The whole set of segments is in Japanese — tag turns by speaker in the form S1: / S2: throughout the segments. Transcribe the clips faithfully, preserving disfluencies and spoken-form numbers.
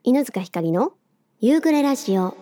S1: 犬塚ひかりの夕暮れラジオ。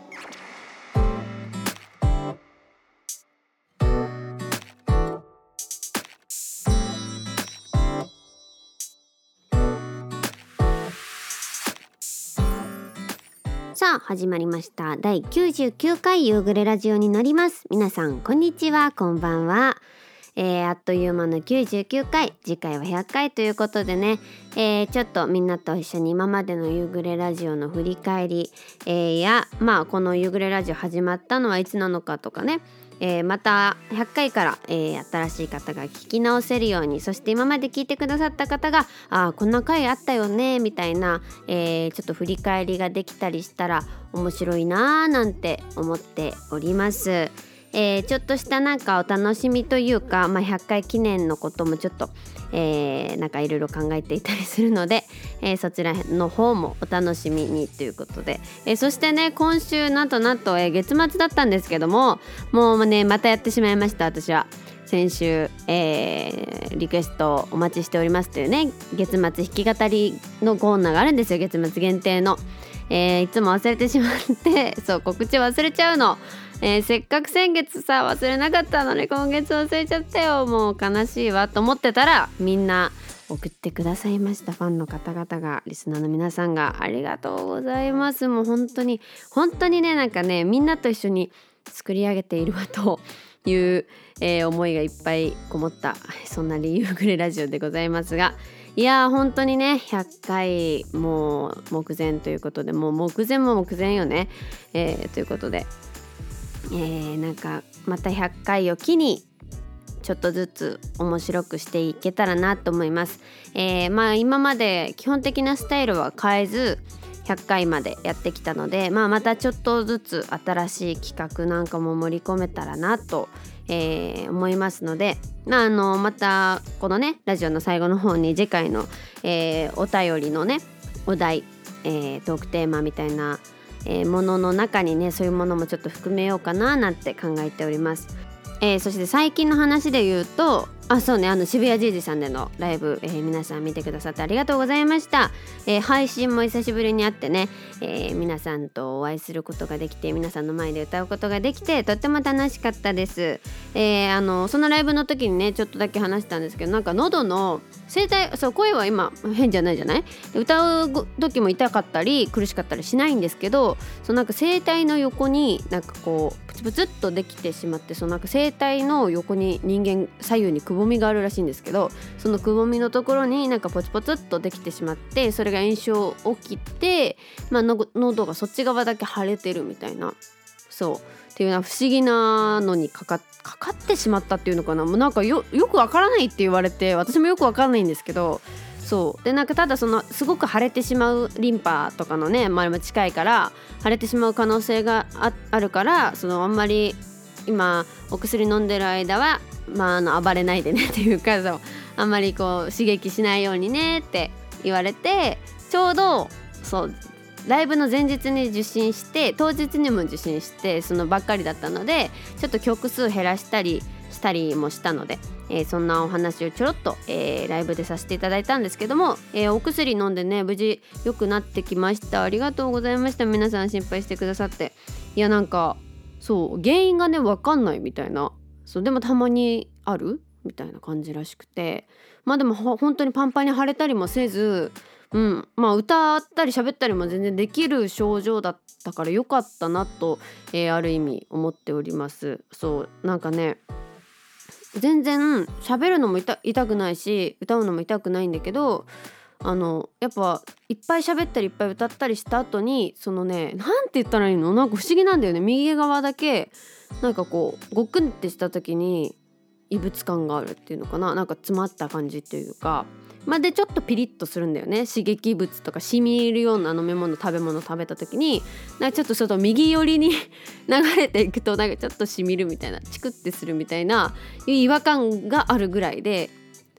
S1: さあ始まりました。だいきゅうじゅうきゅうかい夕暮れラジオになります。皆さんこんにちは、こんばんは。えー、あっという間のきゅうじゅうきゅうかい、次回はひゃっかいということでね、えー、ちょっとみんなと一緒に今までの夕暮れラジオの振り返り、えー、やまあこの夕暮れラジオ始まったのはいつなのかとかね、えー、またひゃっかいから、えー、新しい方が聞き直せるように、そして今まで聞いてくださった方があこんな回あったよねみたいな、えー、ちょっと振り返りができたりしたら面白いなーなんて思っております。えー、ちょっとしたなんかお楽しみというか、まあ、ひゃっかい記念のこともちょっと、えー、なんかいろいろ考えていたりするので、えー、そちらの方もお楽しみにということで、えー、そしてね今週なんとなんと、えー、月末だったんですけども、もうねまたやってしまいました。私は先週、えー、リクエストお待ちしておりますというね、月末弾き語りのコーナーがあるんですよ。月末限定の、えー、いつも忘れてしまってそう告知忘れちゃうの。えー、せっかく先月さ忘れなかったのに今月忘れちゃったよ、もう悲しいわと思ってたら、みんな送ってくださいました。ファンの方々が、リスナーの皆さんがありがとうございます。もう本当に本当にね、なんかねみんなと一緒に作り上げているわという、えー、思いがいっぱいこもったそんな夕暮れラジオでございますが、いやー本当にねひゃっかいもう目前ということで、もう目前も目前よね、えー、ということで、えー、なんかまたひゃっかいを機にちょっとずつ面白くしていけたらなと思います。えー、まあ今まで基本的なスタイルは変えずひゃっかいまでやってきたので、まあ、またちょっとずつ新しい企画なんかも盛り込めたらなと、えー、思いますので、まあ、あのまたこのねラジオの最後の方に次回の、えー、お便りのねお題、えー、トークテーマみたいなえー、ものの中にねそういうものもちょっと含めようかななんて考えております。えー、そして最近の話で言うと、あそうねあの渋谷ジージさんでのライブ、えー、皆さん見てくださってありがとうございました。えー、配信も久しぶりに会ってね、えー、皆さんとお会いすることができて、皆さんの前で歌うことができてとっても楽しかったです。えー、あのそのライブの時にねちょっとだけ話したんですけど、なんか喉の声帯、そう声は今変じゃないじゃない、歌う時も痛かったり苦しかったりしないんですけど、そのなんか声帯の横になんかこうプツプツっとできてしまって、そのなんか声帯の横に人間左右にくぼみがあるらしいんですけど、そのくぼみのところになんかポツポツっとできてしまって、それが炎症起きて、まあ、の喉がそっち側だけ腫れてるみたいな、そうっていうのは不思議なのにかかかかってしまったっていうのかな、もうなんか よ, よくわからないって言われて、私もよくわからないんですけど、そうでなんかただそのすごく腫れてしまうリンパとかのね周りも近いから腫れてしまう可能性が あ, あるから、そのあんまり今お薬飲んでる間は、まあ、あの暴れないでねっていうか、そうあんまりこう刺激しないようにねって言われて、ちょうどそうライブの前日に受診して当日にも受診して、そのばっかりだったのでちょっと曲数減らしたりしたりもしたので、えー、そんなお話をちょろっと、えー、ライブでさせていただいたんですけども、えー、お薬飲んでね無事良くなってきました。ありがとうございました。皆さん心配してくださって。いやなんかそう原因がね分かんないみたいな、そうでもたまにあるみたいな感じらしくて、まあでも本当にパンパンに腫れたりもせず、うん、まあ歌ったり喋ったりも全然できる症状だったから良かったなと、えー、ある意味思っております。そうなんかね全然喋るのも 痛, 痛くないし歌うのも痛くないんだけど、あのやっぱいっぱい喋ったりいっぱい歌ったりした後に、そのねなんて言ったらいいの、なんか不思議なんだよね。右側だけなんかこうゴクンってした時に異物感があるっていうのかな、なんか詰まった感じっていうか、まあ、でちょっとピリッとするんだよね。刺激物とか染み入るような飲み物食べ物食べた時になんかちょっと外右寄りに流れていくとなんかちょっと染みるみたいな、チクってするみたいな違和感があるぐらいで、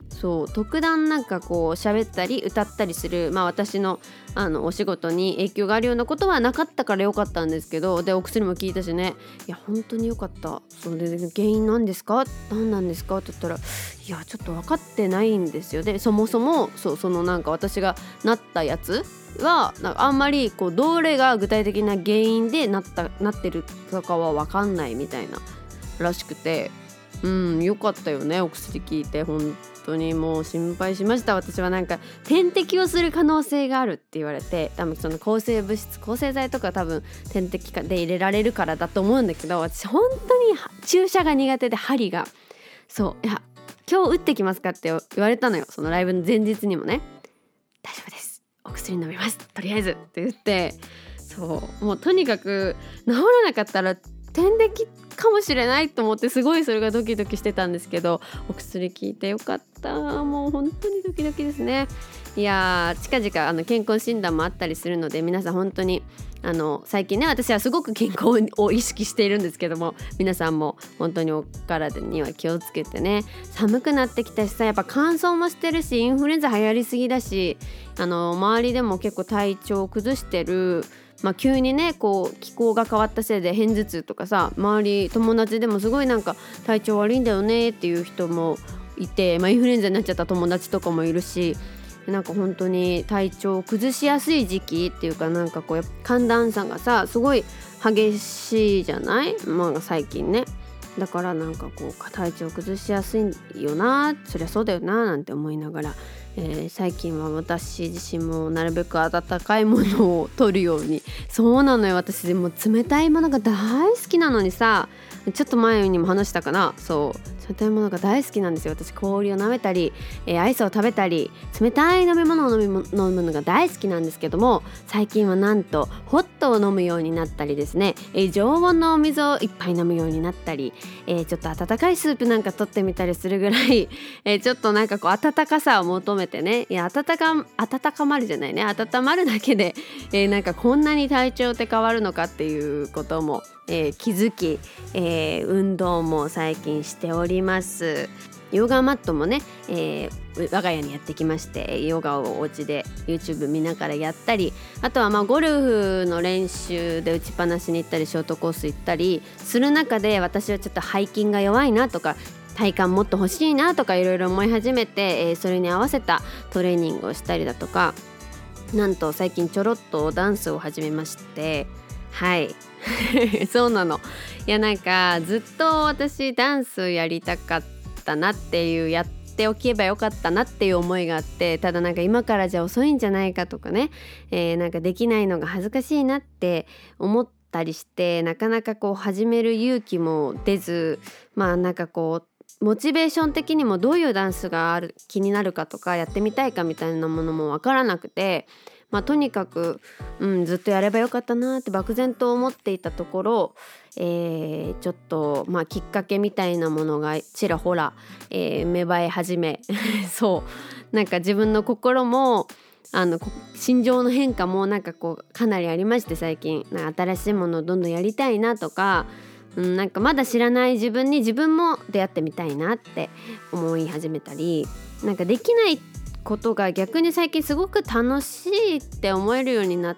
S1: そう特段なんかこう喋ったり歌ったりする、まあ私のあのお仕事に影響があるようなことはなかったからよかったんですけど、でお薬も効いたしね、いや本当によかった。それで原因なんですか、何なんですかって言ったら、いやちょっと分かってないんですよ。でそもそもそうそのなんか私がなったやつはなんかあんまりこうどれが具体的な原因でなったなってるとかは分かんないみたいならしくて、うんよかったよね、お薬効いて。本当にもう心配しました。私はなんか点滴をする可能性があるって言われて、多分その抗生物質抗生剤とか多分点滴で入れられるからだと思うんだけど、私本当に注射が苦手で、針がそういや今日打ってきますかって言われたのよ、そのライブの前日にもね。大丈夫です、お薬飲みますとりあえずって言って、そうもうとにかく治らなかったら点滴かもしれないと思って、すごいそれがドキドキしてたんですけど、お薬効いてよかった。もう本当にドキドキですね。いや近々あの健康診断もあったりするので、皆さん本当にあの最近ね、私はすごく健康を意識しているんですけども、皆さんも本当にお体には気をつけてね。寒くなってきたしさ、やっぱ乾燥もしてるし、インフルエンザ流行りすぎだし、あの周りでも結構体調を崩してる、まあ、急にねこう気候が変わったせいで片頭痛とかさ、周り友達でもすごいなんか体調悪いんだよねっていう人もいて、まあ、インフルエンザになっちゃった友達とかもいるし、なんか本当に体調を崩しやすい時期っていうか、なんかこう寒暖差がさすごい激しいじゃない、まあ、最近ね。だからなんかこう体調崩しやすいよな、そりゃそうだよななんて思いながら、えー、最近は私自身もなるべく温かいものを取るように。そうなのよ、私でも冷たいものが大好きなのにさ、ちょっと前にも話したかな、そう冷たいものが大好きなんですよ。私氷を舐めたり、えー、アイスを食べたり、冷たい飲み物を飲み飲むのが大好きなんですけども、最近はなんとホットを飲むようになったりですね、えー、常温のお水をいっぱい飲むようになったり、えー、ちょっと温かいスープなんか取ってみたりするぐらい、えー、ちょっとなんかこう温かさを求めてね、いや温か温かまるじゃないね温まるだけで、えー、なんかこんなに体調って変わるのかっていうことも、えー、気づき、えー、運動も最近しております。ヨガマットもね、えー、我が家にやってきまして、ヨガをお家で YouTube 見ながらやったり、あとはまあゴルフの練習で打ちっぱなしに行ったり、ショートコース行ったりする中で、私はちょっと背筋が弱いなとか体幹もっと欲しいなとかいろいろ思い始めて、えー、それに合わせたトレーニングをしたりだとか、なんと最近ちょろっとダンスを始めまして、はいそうなの。いやなんかずっと私ダンスやりたかったなっていう、やっておけばよかったなっていう思いがあって、ただなんか今からじゃ遅いんじゃないかとかね、えー、なんかできないのが恥ずかしいなって思ったりして、なかなかこう始める勇気も出ず、まあなんかこうモチベーション的にもどういうダンスがある気になるかとかやってみたいかみたいなものも分からなくて、まあ、とにかく、うん、ずっとやればよかったなって漠然と思っていたところ、えー、ちょっと、まあ、きっかけみたいなものがちらほら、えー、芽生え始めそうなんか自分の心もあの心情の変化もなんかこうかなりありまして、最近なんか新しいものをどんどんやりたいなとか、うん、なんかまだ知らない自分に自分も出会ってみたいなって思い始めたり、なんかできないことが逆に最近すごく楽しいって思えるようになった。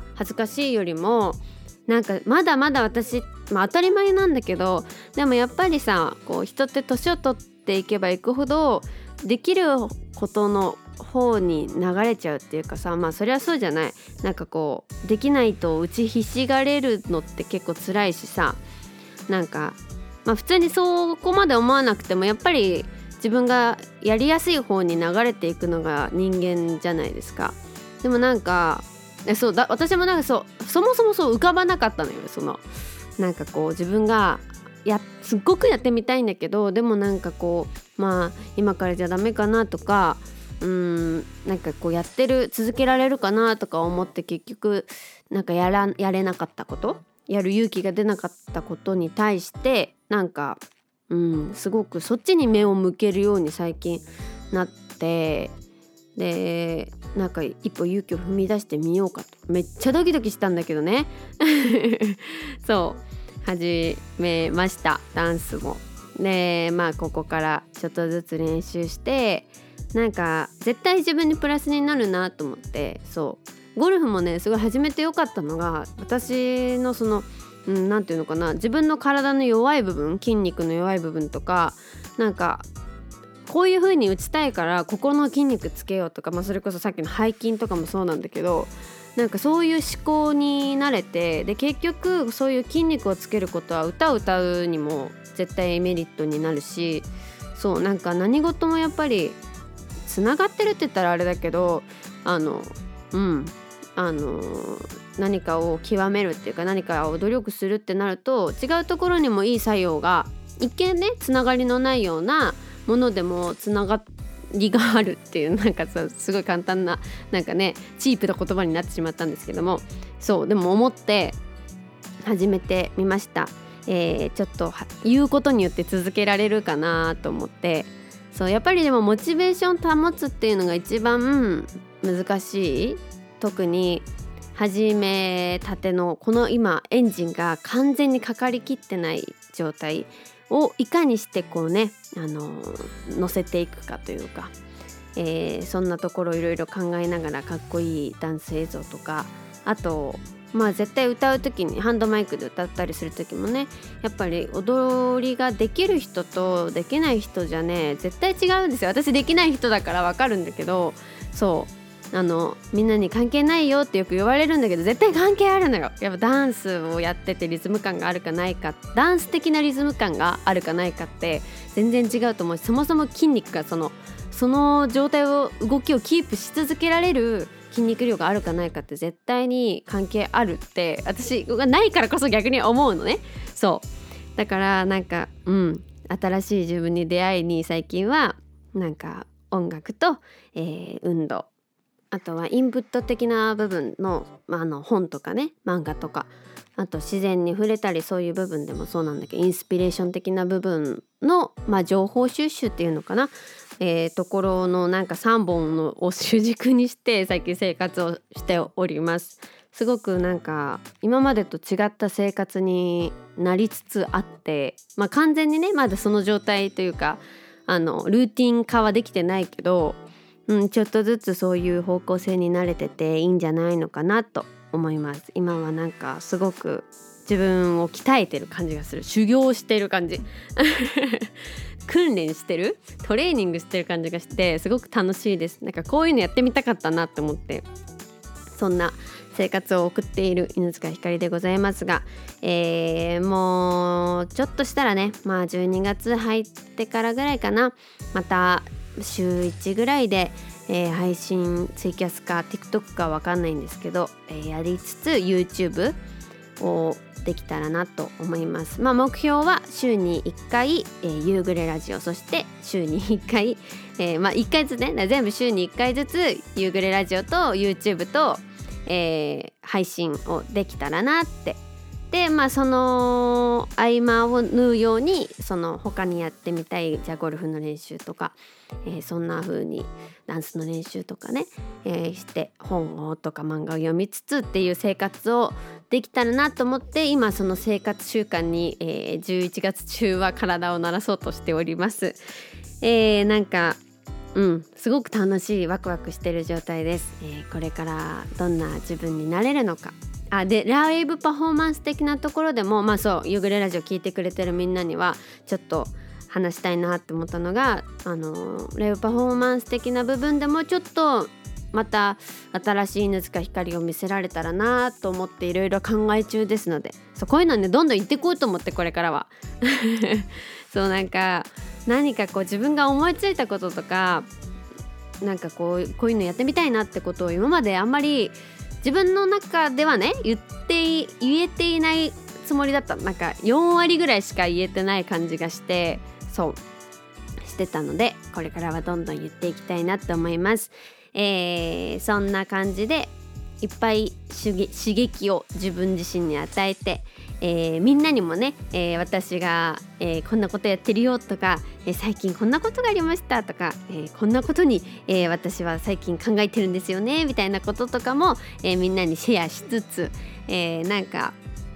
S1: 恥ずかしいよりもなんかまだまだ私、まあ、当たり前なんだけど、でもやっぱりさこう人って年を取っていけばいくほどできることの方に流れちゃうっていうかさ、まあそりゃそうじゃない。なんかこうできないと打ちひしがれるのって結構辛いしさ、なんかまあ普通にそこまで思わなくてもやっぱり自分がやりやすい方に流れていくのが人間じゃないですか。でもなんかそうだ私もなんかそうそもそもそう浮かばなかったのよ。そのなんかこう自分がやすっごくやってみたいんだけど、でもなんかこうまあ今からじゃダメかなとか、うーんなんかこうやってる続けられるかなとか思って結局なんかやらやれなかったこと、やる勇気が出なかったことに対してなんかうんすごくそっちに目を向けるように最近なって、でなんか一歩勇気を踏み出してみようかとめっちゃドキドキしたんだけどねそう始めました。ダンスもでまあここからちょっとずつ練習して、なんか絶対自分にプラスになるなと思って、そうゴルフもねすごい始めてよかったのが、私のその、うん、なんていうのかな、自分の体の弱い部分、筋肉の弱い部分とか、なんかこういう風に打ちたいからここの筋肉つけようとか、まあ、それこそさっきの背筋とかもそうなんだけど、なんかそういう思考に慣れて、で結局そういう筋肉をつけることは歌を歌うにも絶対メリットになるし、そうなんか何事もやっぱりつながってるって言ったらあれだけど、あのうんあの何かを極めるっていうか、何かを努力するってなると、違うところにもいい作用が、一見ねつながりのないようなものでもつながりがあるっていう、なんかさすごい簡単な、なんかねチープな言葉になってしまったんですけども、そうでも思って始めてみました。えー、ちょっと言うことによって続けられるかなと思って、そうやっぱりでもモチベーション保つっていうのが一番難しい。特に始めたてのこの今エンジンが完全にかかりきってない状態をいかにしてこうね、あの乗せていくかというか、えー、そんなところいろいろ考えながらかっこいいダンス映像とか、あとまあ絶対歌う時にハンドマイクで歌ったりする時もね、やっぱり踊りができる人とできない人じゃね絶対違うんですよ。私できない人だからわかるんだけど、そうあのみんなに関係ないよってよく言われるんだけど、絶対関係あるのよ。やっぱダンスをやっててリズム感があるかないか、ダンス的なリズム感があるかないかって全然違うと思うし、そもそも筋肉がそのその状態を動きをキープし続けられる筋肉量があるかないかって絶対に関係あるって私がないからこそ逆に思うのね。そうだからなんかうん新しい自分に出会いに、最近はなんか音楽と、えー、運動、あとはインプット的な部分の、まあ、あの本とかね、漫画とか、あと自然に触れたり、そういう部分でもそうなんだけど、インスピレーション的な部分の、まあ、情報収集っていうのかな、えー、ところのなんかさんぼんのを主軸にして最近生活をしております。すごくなんか今までと違った生活になりつつあって、まあ、完全にねまだその状態というか、あのルーティン化はできてないけど、うん、ちょっとずつそういう方向性に慣れてていいんじゃないのかなと思います。今はなんかすごく自分を鍛えてる感じがする。修行してる感じ訓練してる、トレーニングしてる感じがしてすごく楽しいです。なんかこういうのやってみたかったなって思って、そんな生活を送っている犬塚ひかりでございますが、えー、もうちょっとしたらね、まあじゅうにがつ入ってからぐらいかな、また週いちぐらいで、えー、配信ツイキャスか TikTok かわかんないんですけど、えー、やりつつ YouTube をできたらなと思います。まあ目標は週にいっかい、えー、夕暮れラジオ、そして週にいっかい、えー、まあいっかいずつね、全部週にいっかいずつ夕暮れラジオと YouTube と、えー、配信をできたらなって。でまあその合間を縫うように、その他にやってみたい、じゃあゴルフの練習とか、えー、そんな風にダンスの練習とかね、えー、して本をとか漫画を読みつつっていう生活をできたらなと思って、今その生活習慣に、えー、じゅういちがつ中は体を慣らそうとしております。えー、なんかうんすごく楽しい、ワクワクしてる状態です。えー、これからどんな自分になれるのか。あでライブパフォーマンス的なところでも、まあそう夕暮れラジオ聞いてくれてるみんなにはちょっと話したいなって思ったのが、あのライブパフォーマンス的な部分でもちょっとまた新しい犬塚ひかりを見せられたらなと思っていろいろ考え中ですので、そうこういうのねどんどん言ってこうと思って、これからはそうなんか何かこう自分が思いついたこととか、なんかこうこういうのやってみたいなってことを今まであんまり自分の中ではね言って言えていないつもりだった。なんかよんわりぐらいしか言えてない感じがして、そうしてたので、これからはどんどん言っていきたいなと思います。えー、そんな感じでいっぱい刺激を自分自身に与えて、えー、みんなにもね、えー、私が、えー、こんなことやってるよとか、えー、最近こんなことがありましたとか、えー、こんなことに、えー、私は最近考えてるんですよねみたいなこととかも、えー、みんなにシェアしつつ、えー、なんか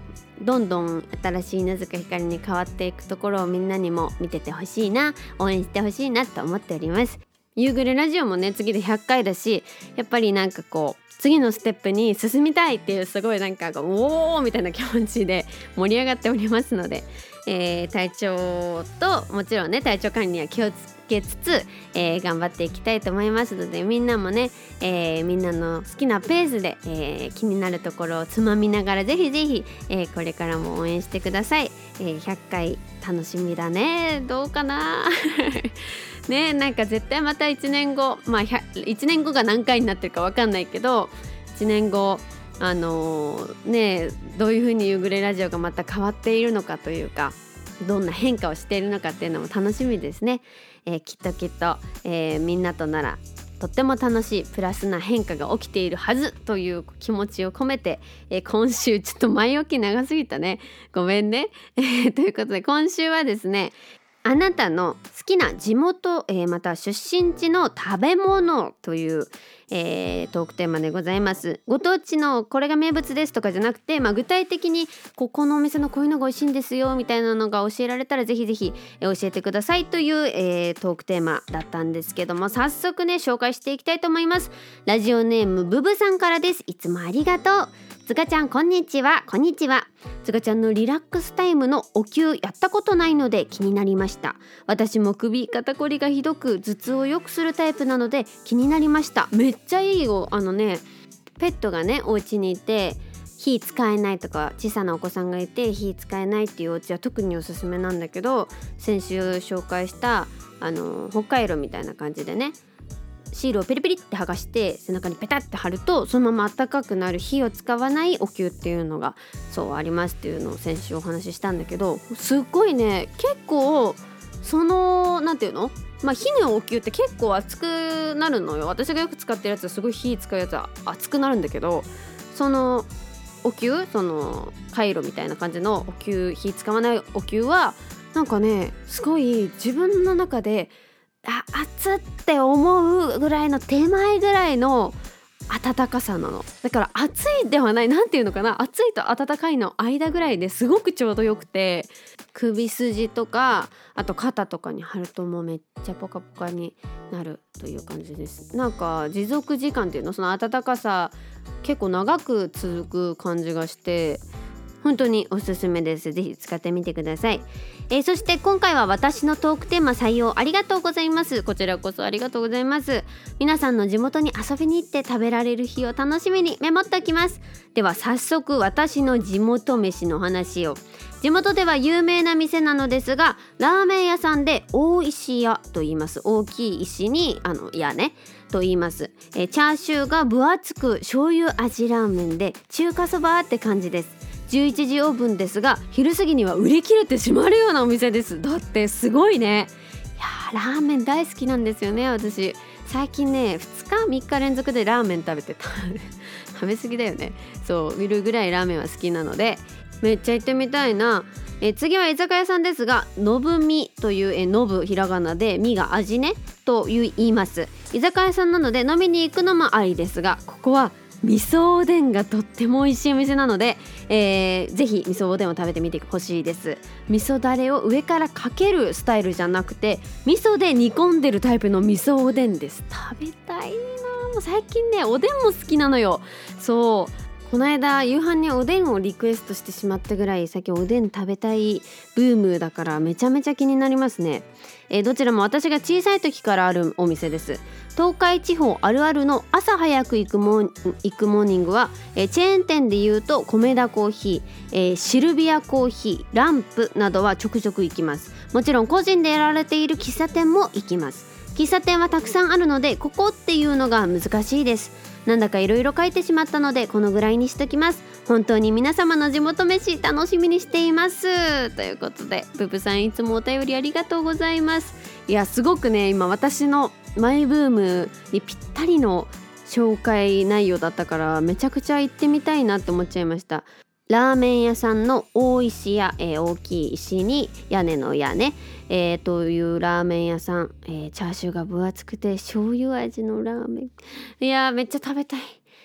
S1: どんどん新しい犬塚ひかりに変わっていくところをみんなにも見ててほしいな、応援してほしいなと思っております。夕暮れラジオもね次でひゃっかいだし、やっぱりなんかこう次のステップに進みたいっていうすごいなんかおーみたいな気持ちで盛り上がっておりますので、えー、体調ともちろんね体調管理には気をつけつつ、えー、頑張っていきたいと思いますので、みんなもね、えー、みんなの好きなペースで、えー、気になるところをつまみながらぜひぜひ、えー、これからも応援してください。えー、ひゃっかい楽しみだね。どうかなね、なんか絶対またいちねんご、まあいちねんごが何回になってるか分かんないけど、いちねんごあのー、ねどういう風に夕暮れラジオがまた変わっているのかというか、どんな変化をしているのかっていうのも楽しみですね。えー、きっときっと、えー、みんなとならとっても楽しいプラスな変化が起きているはずという気持ちを込めて、えー、今週ちょっと前置き長すぎたね、ごめんねということで今週はですね、あなたの好きな地元、えー、また出身地の食べ物という、えー、トークテーマでございます。ご当地のこれが名物ですとかじゃなくて、まあ、具体的にここのお店のこういうのが美味しいんですよみたいなのが教えられたらぜひぜひ、えー、教えてくださいという、えー、トークテーマだったんですけども、早速ね紹介していきたいと思います。ラジオネームブブさんからです。いつもありがとう。つがちゃんこんにちは。こんにちは。つがちゃんのリラックスタイムのお灸やったことないので気になりました。私も首肩こりがひどく頭痛を良くするタイプなので気になりました。めっちゃいいよ。あのねペットがねお家にいて火使えないとか小さなお子さんがいて火使えないっていうお家は特におすすめなんだけど、先週紹介したあの北海道みたいな感じでねシールをペリペリって剥がして背中にペタって貼るとそのまま暖かくなる火を使わないお灸っていうのがそうありますっていうのを先週お話ししたんだけど、すっごいね結構そのなんていうのまあ火のお灸って結構熱くなるのよ。私がよく使ってるやつはすごい火使うやつは熱くなるんだけど、そのお灸そのカイロみたいな感じのお灸火使わないお灸はなんかねすごい自分の中であ熱って思うぐらいの手前ぐらいの温かさなの。だから熱いではない、なんていうのかな、熱いと温かいの間ぐらいですごくちょうどよくて、首筋とかあと肩とかに貼るともうめっちゃポカポカになるという感じです。なんか持続時間っていうのその温かさ結構長く続く感じがして本当におすすめです。ぜひ使ってみてください。えー、そして今回は私のトークテーマ採用ありがとうございます。こちらこそありがとうございます。皆さんの地元に遊びに行って食べられる日を楽しみにメモっておきます。では早速私の地元飯の話を。地元では有名な店なのですが、ラーメン屋さんで大石屋と言います。大きい石にあの屋ねと言います。えー、チャーシューが分厚く醤油味ラーメンで中華そばって感じです。じゅういちじオープンですが昼過ぎには売り切れてしまうようなお店です。だってすごいね。いやラーメン大好きなんですよね。私最近ねふつかみっか連続でラーメン食べてた食べ過ぎだよね。そう見るぐらいラーメンは好きなのでめっちゃ行ってみたいな。え次は居酒屋さんですが、のぶみというえのぶひらがなでみが味ねと言います。居酒屋さんなので飲みに行くのもありですが、ここは味噌おでんがとっても美味しいお店なので、えー、ぜひ味噌おでんを食べてみてほしいです。味噌だれを上からかけるスタイルじゃなくて味噌で煮込んでるタイプの味噌おでんです。食べたいな。もう最近ねおでんも好きなのよ。そうこの間夕飯におでんをリクエストしてしまったぐらい最近おでん食べたいブームだからめちゃめちゃ気になりますね。えー、どちらも私が小さい時からあるお店です。東海地方あるあるの朝早く行くモー行くモーニングは、えー、チェーン店でいうと米田コーヒー、えー、シルビアコーヒー、ランプなどはちょくちょく行きます。もちろん個人でやられている喫茶店も行きます。喫茶店はたくさんあるのでここっていうのが難しいです。なんだかいろいろ書いてしまったのでこのぐらいにしときます。本当に皆様の地元飯楽しみにしていますということで、ブブさんいつもお便りありがとうございます。いやすごくね今私のマイブームにぴったりの紹介内容だったからめちゃくちゃ行ってみたいなって思っちゃいました。ラーメン屋さんの大石屋、えー、大きい石に屋根の屋ね、えー、というラーメン屋さん、えー、チャーシューが分厚くて醤油味のラーメン。いやめっちゃ食べたい。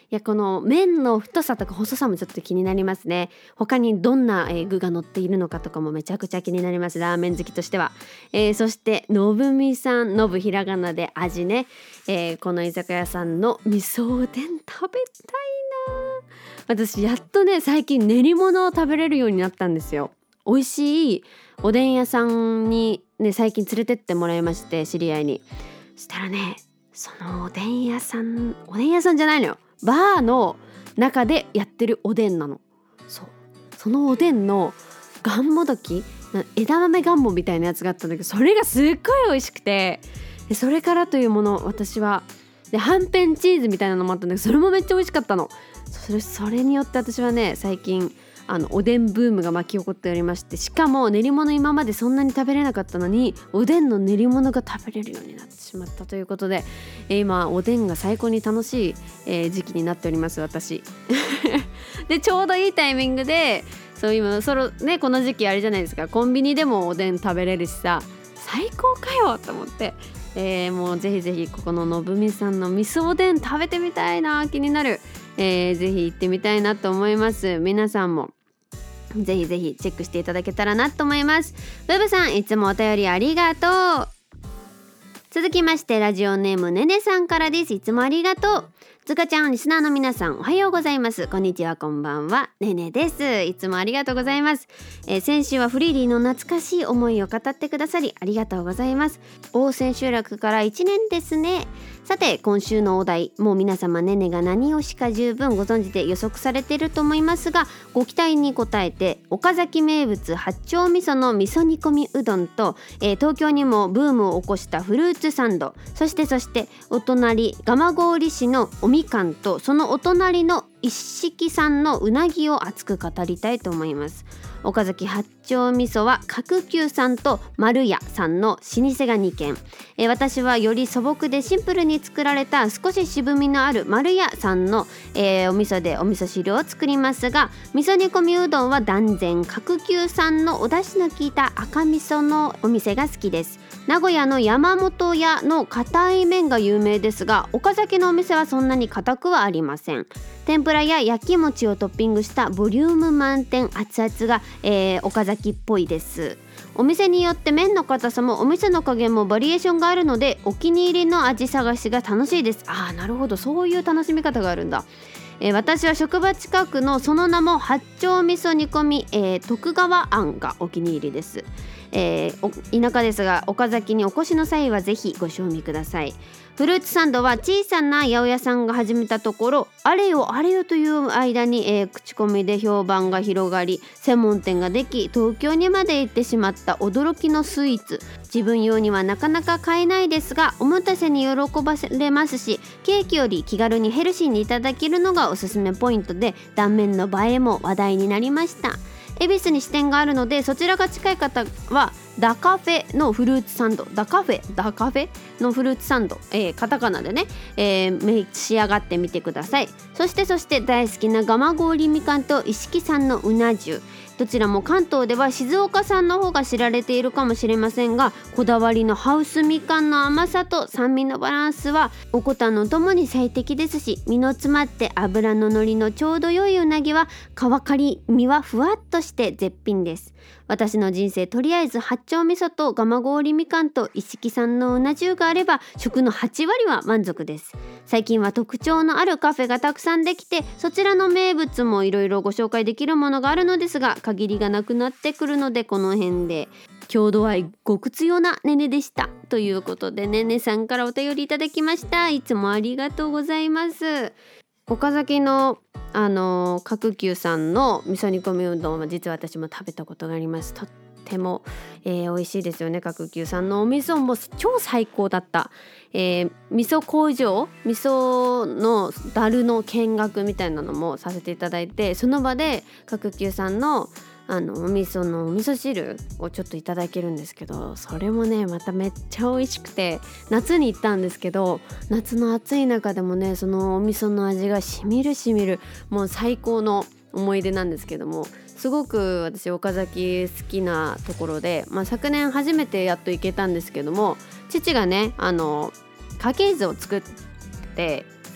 S1: やこの麺の太さとか細さもちょっと気になりますね。他にどんな、えー、具が乗っているのかとかもめちゃくちゃ気になります。ラーメン好きとしては、えー、そしてのぶみさん、のぶひらがなで味ね、えー、この居酒屋さんの味噌おでん食べたいな。私やっとね最近練り物を食べれるようになったんですよ。美味しいおでん屋さんにね最近連れてってもらいまして、知り合いに。そしたらね、そのおでん屋さんおでん屋さんじゃないのよ、バーの中でやってるおでんなの。そう、そのおでんのがんもどき、枝豆がんもみたいなやつがあったんだけど、それがすっごい美味しくて、でそれからというもの私はではんぺんチーズみたいなのもあったんだけど、それもめっちゃ美味しかったの。それそれによって私はね最近あのおでんブームが巻き起こっておりまして、しかも練り物今までそんなに食べれなかったのにおでんの練り物が食べれるようになってしまったということで、えー、今おでんが最高に楽しい、えー、時期になっております私でちょうどいいタイミングで、そう今そろねこの時期あれじゃないですか、コンビニでもおでん食べれるしさ、最高かよと思って、えー、もうぜひぜひここののぶみさんの味噌おでん食べてみたいな、気になる、えー、ぜひ行ってみたいなと思います。皆さんもぜひぜひチェックしていただけたらなと思います。ブブさんいつもお便りありがとう。続きましてラジオネームねねさんからです。いつもありがとう。つかちゃん、リスナーの皆さんおはようございます。こんにちは、こんばんは、ねねです。いつもありがとうございます。えー、先週はフリーリーの懐かしい思いを語ってくださりありがとうございます。大千秋楽からいちねんですね。さて今週のお題、もう皆様ねねが何をしか十分ご存知で予測されていると思いますが、ご期待に応えて岡崎名物八丁味噌の味噌煮込みうどんと、えー、東京にもブームを起こしたフルーツサンド、そしてそしてお隣蒲郡市のおみかんと、そのお隣の一色産のうなぎを熱く語りたいと思います。岡崎八丁味噌は角久さんと丸屋さんの老舗がにけん、えー、私はより素朴でシンプルに作られた少し渋みのある丸屋さんの、えー、お味噌でお味噌汁を作りますが、味噌煮込みうどんは断然角久さんのお出汁の効いた赤味噌のお店が好きです。名古屋の山本屋の硬い麺が有名ですが、岡崎のお店はそんなに硬くはありません。天ぷらや焼き餅をトッピングしたボリューム満点熱々が、えー、岡崎っぽいです。お店によって麺の硬さもお味噌の加減もバリエーションがあるので、お気に入りの味探しが楽しいです。あー、なるほど、そういう楽しみ方があるんだ。えー、私は職場近くのその名も八丁味噌煮込み、えー、徳川庵がお気に入りです。えー、田舎ですが岡崎にお越しの際はぜひご賞味ください。フルーツサンドは小さな八百屋さんが始めたところ、あれよあれよという間に、えー、口コミで評判が広がり、専門店ができ東京にまで行ってしまった驚きのスイーツ。自分用にはなかなか買えないですが、おもたせに喜ばれますし、ケーキより気軽にヘルシーにいただけるのがおすすめポイントで、断面の映えも話題になりました。恵比寿に支店があるので、そちらが近い方はダカフェのフルーツサンド、ダカフェダカフェのフルーツサンド、えー、カタカナでね、えー、召し上がってみてください。そしてそして大好きな蒲郡みかんと一色産のうな重、どちらも関東では静岡産の方が知られているかもしれませんが、こだわりのハウスみかんの甘さと酸味のバランスはおこたのともに最適ですし、身の詰まって脂の乗りのちょうど良いうなぎは皮刈り身はふわっとして絶品です。私の人生とりあえず八丁味噌と蒲郡みかんと一色産のうな重があれば食のはちわりは満足です。最近は特徴のあるカフェがたくさんできて、そちらの名物もいろいろご紹介できるものがあるのですが、限りがなくなってくるので、この辺で。郷土愛極強なねねでしたということで、ねねさんからお便りいただきました。いつもありがとうございます。岡崎のあの角久さんの味噌煮込みうどんは実は私も食べたことがあります。とっても、えー、美味しいですよね。角久さんのお味噌も超最高だった。えー、味噌工場、味噌の樽の見学みたいなのもさせていただいて、その場で角久さんのあのお味噌のお味噌汁をちょっといただけるんですけど、それもねまためっちゃ美味しくて、夏に行ったんですけど、夏の暑い中でもねそのお味噌の味がしみるしみる、もう最高の思い出なんですけども、すごく私岡崎好きなところで、まあ、昨年初めてやっと行けたんですけども、父がねあの家系図を作って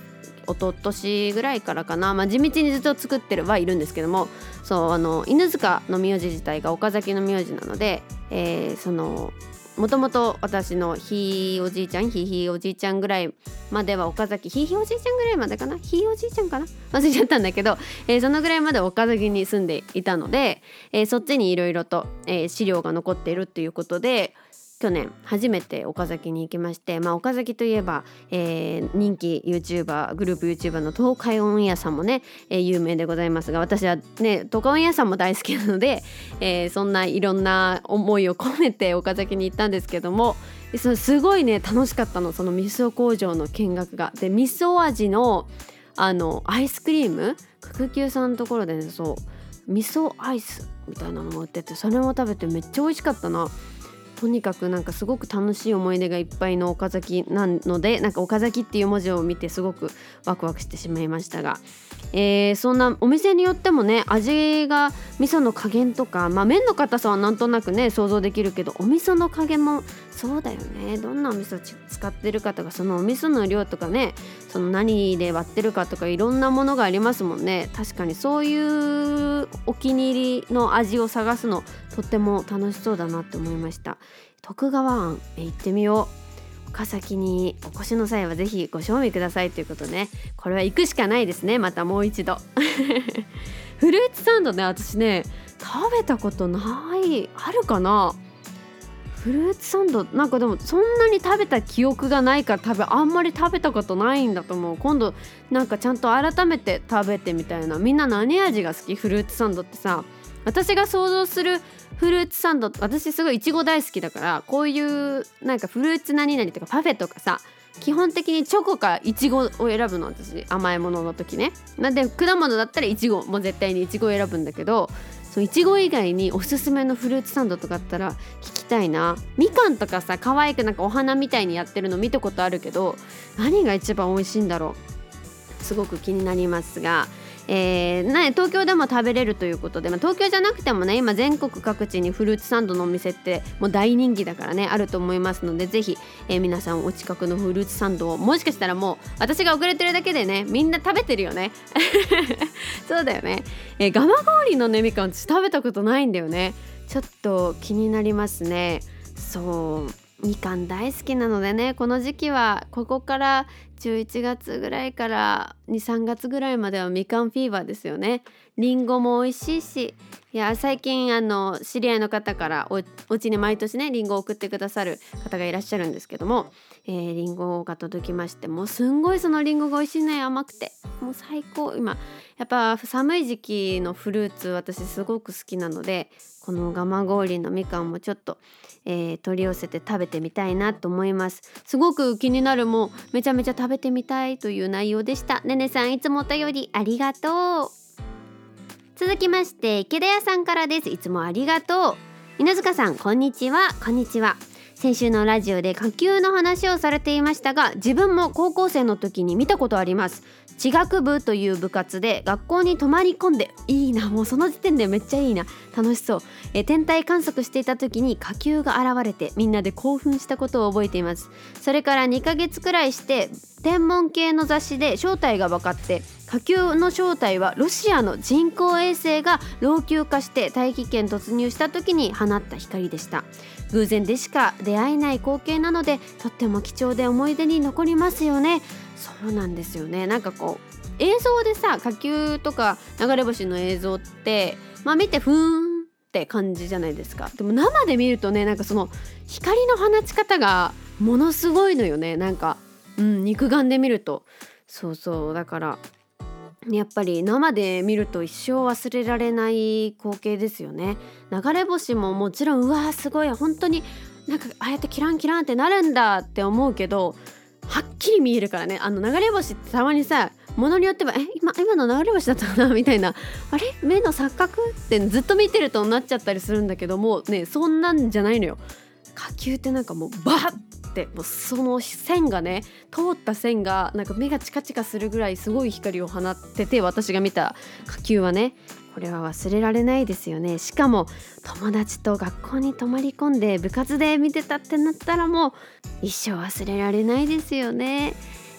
S1: 一昨年ぐらいからかな、まあ、地道にずっと作ってるはいるんですけども、そうあの犬塚の名字自体が岡崎の名字なので、えー、そのもともと私のひいおじいちゃんひいひいおじいちゃんぐらいまでは岡崎ひいひいおじいちゃんぐらいまでかなひいおじいちゃんかな忘れちゃったんだけど、えー、そのぐらいまで岡崎に住んでいたので、えー、そっちにいろいろと、えー、資料が残っているっていうことで去年初めて岡崎に行きまして、まあ、岡崎といえば、えー、人気 YouTuber グループ YouTuber の東海オンエアさんもね、えー、有名でございますが、私はね東海オンエアさんも大好きなので、えー、そんないろんな思いを込めて岡崎に行ったんですけども、すごいね楽しかったの、その味噌工場の見学が。で味噌味のあのアイスクリーム角球さんのところでね、そう味噌アイスみたいなのも売ってて、それも食べてめっちゃ美味しかったな。とにかくなんかすごく楽しい思い出がいっぱいの岡崎なので、なんか岡崎っていう文字を見てすごくワクワクしてしまいましたが、えー、そんなお店によってもね味が味噌の加減とか、まあ、麺の硬さはなんとなくね想像できるけど、お味噌の加減もそうだよね。どんなお味噌使ってるかとか、そのお味噌の量とかね、その何で割ってるかとかいろんなものがありますもんね。確かにそういうお気に入りの味を探すのとっても楽しそうだなって思いました。徳川庵へ行ってみよう。岡崎にお越しの際はぜひご賞味くださいということね。これは行くしかないですね。またもう一度フルーツサンドね、私ね食べたことないあるかな。フルーツサンドなんかでもそんなに食べた記憶がないから、多分あんまり食べたことないんだと思う。今度なんかちゃんと改めて食べてみたいな。みんな何味が好き？フルーツサンドってさ、私が想像するフルーツサンド、私すごいイチゴ大好きだから、こういうなんかフルーツ何々とかパフェとかさ、基本的にチョコかイチゴを選ぶの私。甘いものの時ね。なんで果物だったらイチゴ、もう絶対にイチゴを選ぶんだけど、そうイチゴ以外におすすめのフルーツサンドとかあったら聞きたいな。みかんとかさ可愛くなんかお花みたいにやってるの見たことあるけど、何が一番美味しいんだろう、すごく気になりますが、えーね、東京でも食べれるということで、まあ、東京じゃなくてもね今全国各地にフルーツサンドのお店ってもう大人気だからねあると思いますので、ぜひ、えー、皆さんお近くのフルーツサンドを、もしかしたらもう私が遅れてるだけでねみんな食べてるよねそうだよね、えー、蒲郡のねみかん私食べたことないんだよね。ちょっと気になりますね。そうみかん大好きなのでね、この時期はここからじゅういちがつぐらいからに、さんがつぐらいまではみかんフィーバーですよね。りんごも美味しいし、いや最近あの知り合いの方からおお家に毎年ねりんごを送ってくださる方がいらっしゃるんですけども、えー、りんごが届きまして、もうすんごいそのりんごが美味しいね。甘くてもう最高。今やっぱ寒い時期のフルーツ私すごく好きなので、この蒲郡のみかんもちょっと、えー、取り寄せて食べてみたいなと思います。すごく気になる、もうめちゃめちゃ食べてみたいという内容でした。ねねさんいつもお便りありがとう。続きまして池田屋さんからです。いつもありがとう。稲塚さんこんにちは。こんにちは。先週のラジオで火球の話をされていましたが、自分も高校生の時に見たことあります。地学部という部活で学校に泊まり込んで、いいな、もうその時点でめっちゃいいな、楽しそう。え天体観測していた時に火球が現れてみんなで興奮したことを覚えています。それからにかげつくらいして天文系の雑誌で正体が分かって、火球の正体はロシアの人工衛星が老朽化して大気圏突入した時に放った光でした。偶然でしか出会えない光景なのでとっても貴重で思い出に残りますよね。そうなんですよね。なんかこう映像でさ、火球とか流れ星の映像ってまあ見てふーんって感じじゃないですか。でも生で見るとね、なんかその光の放ち方がものすごいのよね。なんか、うん、肉眼で見るとそうそう、だからやっぱり生で見ると一生忘れられない光景ですよね。流れ星ももちろんうわーすごい、本当になんかああやってキランキランってなるんだって思うけど、はっきり見えるからね。あの流れ星ってたまにさ、ものによってはえ 今, 今の流れ星だったかなみたいな、あれ目の錯覚ってずっと見てるとなっちゃったりするんだけどもね、そんなんじゃないのよ。火球ってなんかもうバッってもうその線がね、通った線がなんか目がチカチカするぐらいすごい光を放ってて、私が見た火球はね、これは忘れられないですよね。しかも友達と学校に泊まり込んで部活で見てたってなったらもう一生忘れられないですよね。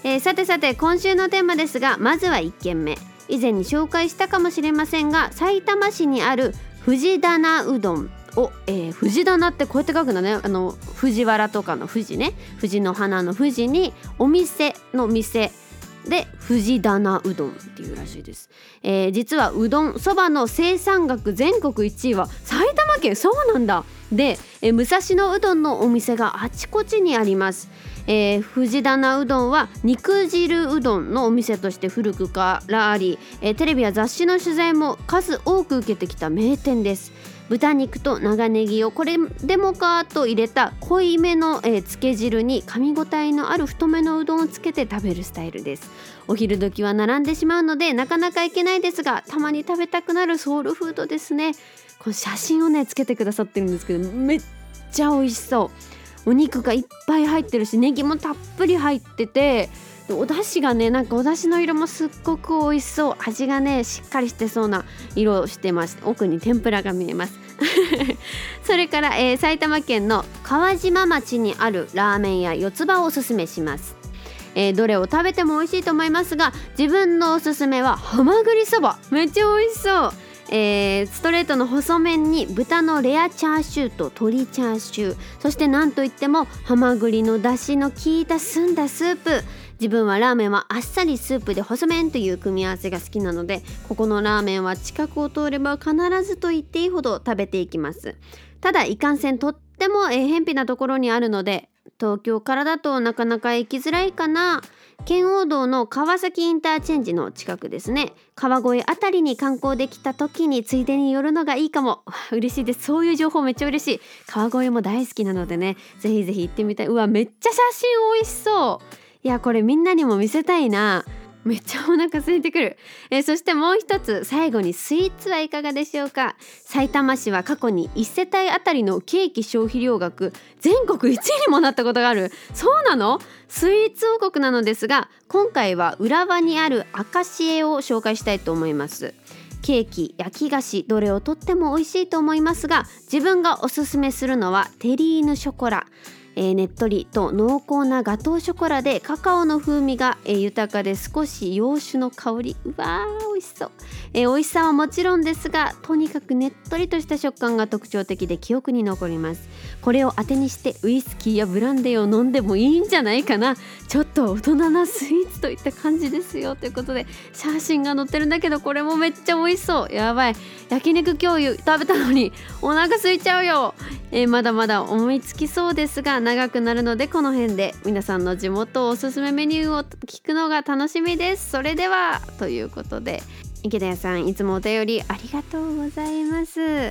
S1: えー、さてさて今週のテーマですが、まずはいっけんめ、以前に紹介したかもしれませんが、さいたま市にある藤棚うどんを、えー、藤棚ってこうやって書くんだね。あの藤原とかの藤ね、藤の花の藤にお店の店で藤棚うどんっていうらしいです。えー、実はうどんそばの生産額全国いちいは埼玉県。そうなんだ。で、えー、武蔵野うどんのお店があちこちにあります。えー、藤棚うどんは肉汁うどんのお店として古くからあり、えー、テレビや雑誌の取材も数多く受けてきた名店です。豚肉と長ネギをこれでもかと入れた濃いめの、えー、つけ汁に噛み応えのある太めのうどんをつけて食べるスタイルです。お昼時は並んでしまうのでなかなか行けないですが、たまに食べたくなるソウルフードですね。この写真をねつけてくださってるんですけど、めっちゃ美味しそう。お肉がいっぱい入ってるし、ネギもたっぷり入ってて、お出汁がね、なんかお出汁の色もすっごく美味しそう。味がねしっかりしてそうな色をしてます。奥に天ぷらが見えますそれから、えー、埼玉県の川島町にあるラーメン屋四つ葉をおすすめします。えー、どれを食べても美味しいと思いますが、自分のおすすめははまぐりそば。めっちゃ美味しそう。えー、ストレートの細麺に豚のレアチャーシューと鶏チャーシュー、そしてなんといってもはまぐりの出汁の効いた澄んだスープ。自分はラーメンはあっさりスープで細麺という組み合わせが好きなので、ここのラーメンは近くを通れば必ずと言っていいほど食べていきます。ただいかんせんとっても、えー、偏僻なところにあるので、東京からだとなかなか行きづらいかな。圏央道の川崎インターチェンジの近くですね。川越あたりに観光できた時についでに寄るのがいいかも。嬉しいです。そういう情報めっちゃ嬉しい。川越も大好きなのでね、ぜひぜひ行ってみたい。うわ、めっちゃ写真美味しそう。いや、これみんなにも見せたいな。めっちゃお腹空いてくる。えー、そしてもう一つ、最後にスイーツはいかがでしょうか。さいたま市は過去にいち世帯あたりのケーキ消費量額全国いちいにもなったことがある。そうなの？スイーツ王国なのですが、今回は浦和にあるアカシエを紹介したいと思います。ケーキ、焼き菓子、どれをとっても美味しいと思いますが、自分がおすすめするのはテリーヌショコラ。えー、ねっとりと濃厚なガトーショコラでカカオの風味が、えー、豊かで少し洋酒の香り。うわー美味しそう。えー、美味しさはもちろんですが、とにかくねっとりとした食感が特徴的で記憶に残ります。これを当てにしてウイスキーやブランデーを飲んでもいいんじゃないかな。ちょっと大人なスイーツといった感じですよ。ということで写真が載ってるんだけど、これもめっちゃ美味しそう。やばい、焼肉共有食べたのにお腹空いちゃうよ。えー、まだまだ思いつきそうですが長くなるので、この辺で皆さんの地元おすすめメニューを聞くのが楽しみです。それではということで、池田屋さんいつもお便りありがとうございます。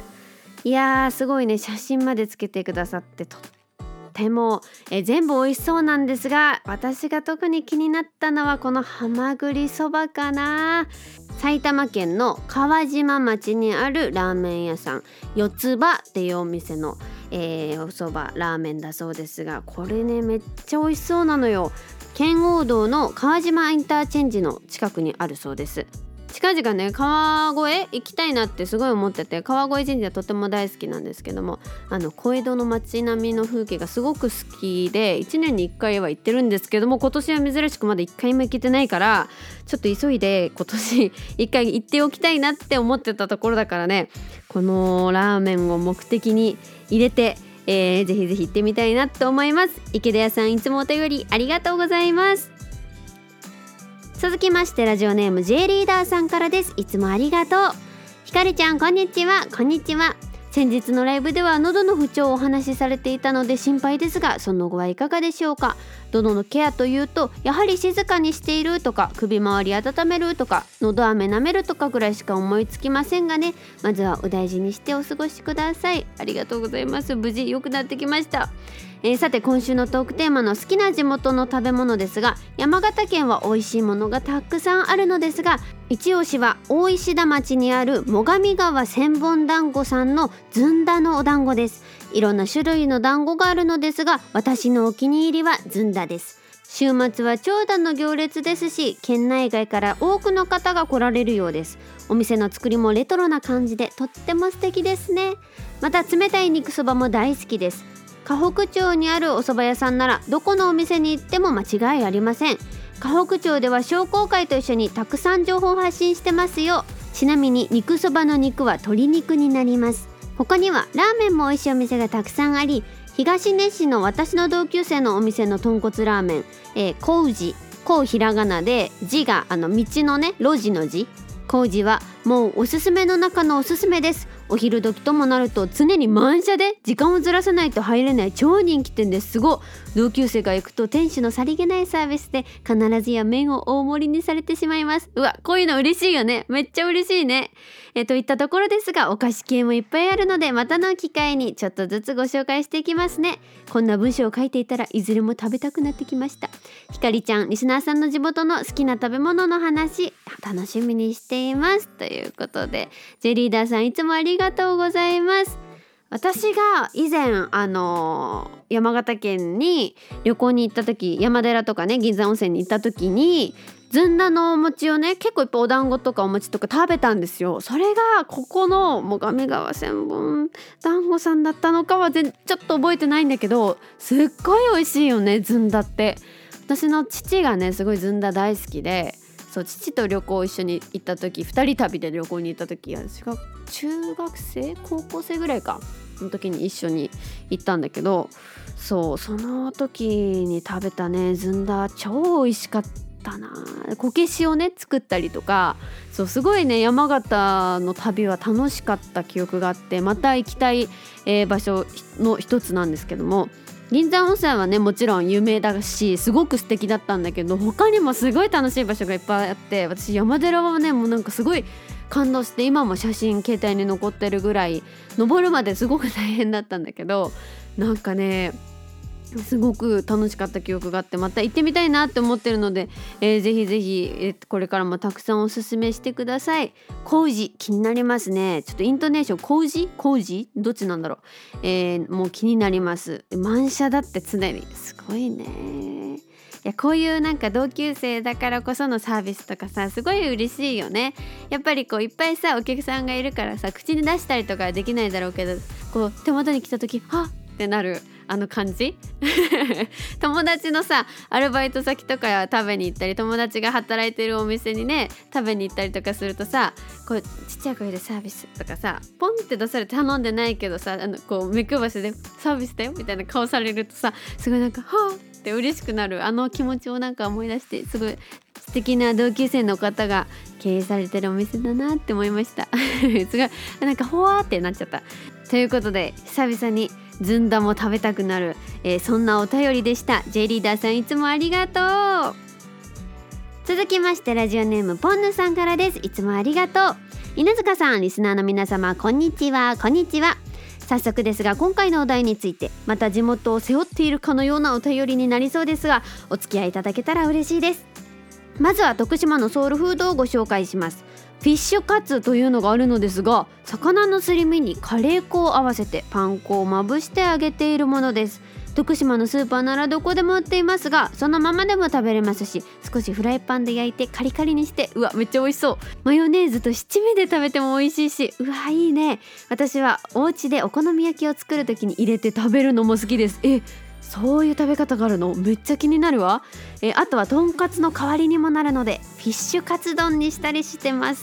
S1: いやーすごいね、写真までつけてくださってとってもえ全部美味しそうなんですが、私が特に気になったのはこのはまぐりそばかな。埼玉県の川島町にあるラーメン屋さん四つ葉っていうお店の、えー、おそばラーメンだそうですが、これねめっちゃ美味しそうなのよ。圏央道の川島インターチェンジの近くにあるそうです。近々ね川越行きたいなってすごい思ってて、川越神社とても大好きなんですけども、あの小江戸の街並みの風景がすごく好きでいちねんにいっかいは行ってるんですけども、今年は珍しくまだいっかいも行けてないから、ちょっと急いで今年いっかい行っておきたいなって思ってたところだからね、このラーメンを目的に入れて、えー、ぜひぜひ行ってみたいなと思います。池田屋さんいつもお便りありがとうございます。続きましてラジオネーム J リーダーさんからです。いつもありがとう。ひかるちゃんこんにちは。こんにちは。先日のライブでは喉の不調をお話しされていたので心配ですが、その後はいかがでしょうか。喉のケアというとやはり静かにしているとか首周り温めるとか喉飴舐めるとかぐらいしか思いつきませんがね、まずはお大事にしてお過ごしください。ありがとうございます。無事良くなってきました。えー、さて今週のトークテーマの好きな地元の食べ物ですが、山形県は美味しいものがたくさんあるのですが、一押しは大石田町にある最上川千本団子さんのずんだのお団子です。いろんな種類の団子があるのですが、私のお気に入りはずんだです。週末は長蛇の行列ですし、県内外から多くの方が来られるようです。お店の作りもレトロな感じでとっても素敵ですね。また冷たい肉そばも大好きです。河北町にあるお蕎麦屋さんならどこのお店に行っても間違いありません。 河北町では商工会と一緒にたくさん情報を発信してますよ。ちなみに肉そばの肉は鶏肉になります。他にはラーメンも美味しいお店がたくさんあり、東根市の私の同級生のお店の豚骨ラーメン、えー、こうじ、こうひらがなで字があの道のね、路地の字、こうじはもうおすすめの中のおすすめです。お昼時ともなると常に満車で時間をずらさないと入れない超人気店です。すごい。同級生が行くと店主のさりげないサービスで必ずや麺を大盛りにされてしまいます。うわ、こういうの嬉しいよね。めっちゃ嬉しいね。えといったところですが、お菓子系もいっぱいあるので、またの機会にちょっとずつご紹介していきますね。こんな文章を書いていたらいずれも食べたくなってきました。ひかりちゃん、リスナーさんの地元の好きな食べ物の話楽しみにしていますということで、ジェリーダーさんいつもありがとうございます。私が以前あのー、山形県に旅行に行った時、山寺とかね、銀山温泉に行った時にずんだのお餅をね、結構いっぱいお団子とかお餅とか食べたんですよ。それがここの最上川千本団子さんだったのかは全ちょっと覚えてないんだけど、すっごい美味しいよね、ずんだって。私の父がねすごいずんだ大好きで、そう父と旅行一緒に行った時、ふたり旅で旅行に行った時、私が中学生高校生ぐらいかの時に一緒に行ったんだけど、そうその時に食べたねずんだ超美味しかったな。こけしをね作ったりとか、そうすごいね山形の旅は楽しかった記憶があって、また行きたい、えー、場所の一つなんですけども、銀山温泉はねもちろん有名だしすごく素敵だったんだけど、他にもすごい楽しい場所がいっぱいあって、私山寺はねもうなんかすごい感動して、今も写真携帯に残ってるぐらい、登るまですごく大変だったんだけど、なんかねすごく楽しかった記憶があって、また行ってみたいなって思ってるので、えー、ぜひぜひ、えー、これからもたくさんおすすめしてください。こうじ気になりますね。ちょっとイントネーションこうじこうじどっちなんだろう、えー、もう気になります。満車だって常にすごいね。いやこういうなんか同級生だからこそのサービスとかさ、すごい嬉しいよね。やっぱりこういっぱいさお客さんがいるからさ、口に出したりとかはできないだろうけど、こう手元に来た時はっってなるあの感じ友達のさアルバイト先とか食べに行ったり、友達が働いてるお店にね食べに行ったりとかするとさ、こうちっちゃい声でサービスとかさポンって出されて、頼んでないけどさ、あのこう目くばしでサービスだよみたいな顔されるとさ、すごいなんかはぁって嬉しくなる、あの気持ちをなんか思い出して、すごい素敵な同級生の方が経営されてるお店だなって思いましたすごいなんかほわーってなっちゃった。ということで久々にずんだも食べたくなる、えー、そんなお便りでした。 J リーダーさんいつもありがとう。続きましてラジオネームポンヌさんからです。いつもありがとう。犬塚さん、リスナーの皆様こんにちは。こんにちは。早速ですが今回のお題について、また地元を背負っているかのようなお便りになりそうですが、お付き合いいただけたら嬉しいです。まずは徳島のソウルフードをご紹介します。フィッシュカツというのがあるのですが、魚のすり身にカレー粉を合わせてパン粉をまぶして揚げているものです。徳島のスーパーならどこでも売っていますが、そのままでも食べれますし、少しフライパンで焼いてカリカリにして、うわめっちゃ美味しそう。マヨネーズと七味で食べても美味しいし、うわいいね。私はお家でお好み焼きを作る時に入れて食べるのも好きです。えそういう食べ方があるのめっちゃ気になるわ。えあとはとんかつの代わりにもなるのでフィッシュカツ丼にしたりしてます。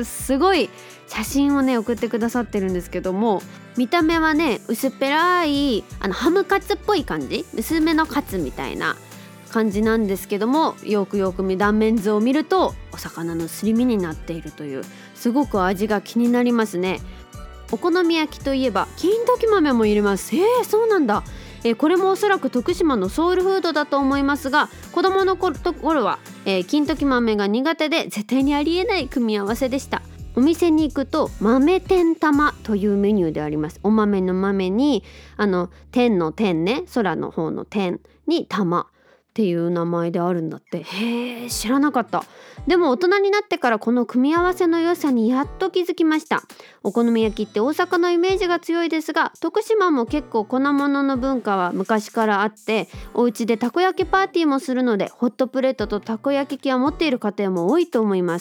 S1: すごい写真をね送ってくださってるんですけども、見た目はね薄っぺらいあのハムカツっぽい感じ、薄めのカツみたいな感じなんですけども、よくよく見断面図を見るとお魚のすり身になっているという、すごく味が気になりますね。お好み焼きといえば金時豆も入れます。えー、そうなんだ。えー、これもおそらく徳島のソウルフードだと思いますが、子供の頃は、えー、金時豆が苦手で絶対にありえない組み合わせでした。お店に行くと豆天玉というメニューであります。お豆の豆にあの天の天ね、空の方の天に玉っていう名前であるんだって。へー、知らなかった。でも大人になってからこの組み合わせの良さにやっと気づきました。お好み焼きって大阪のイメージが強いですが、徳島も結構粉物の文化は昔からあって、お家でたこ焼きパーティーもするので、ホットプレートとたこ焼き器は持っている家庭も多いと思います。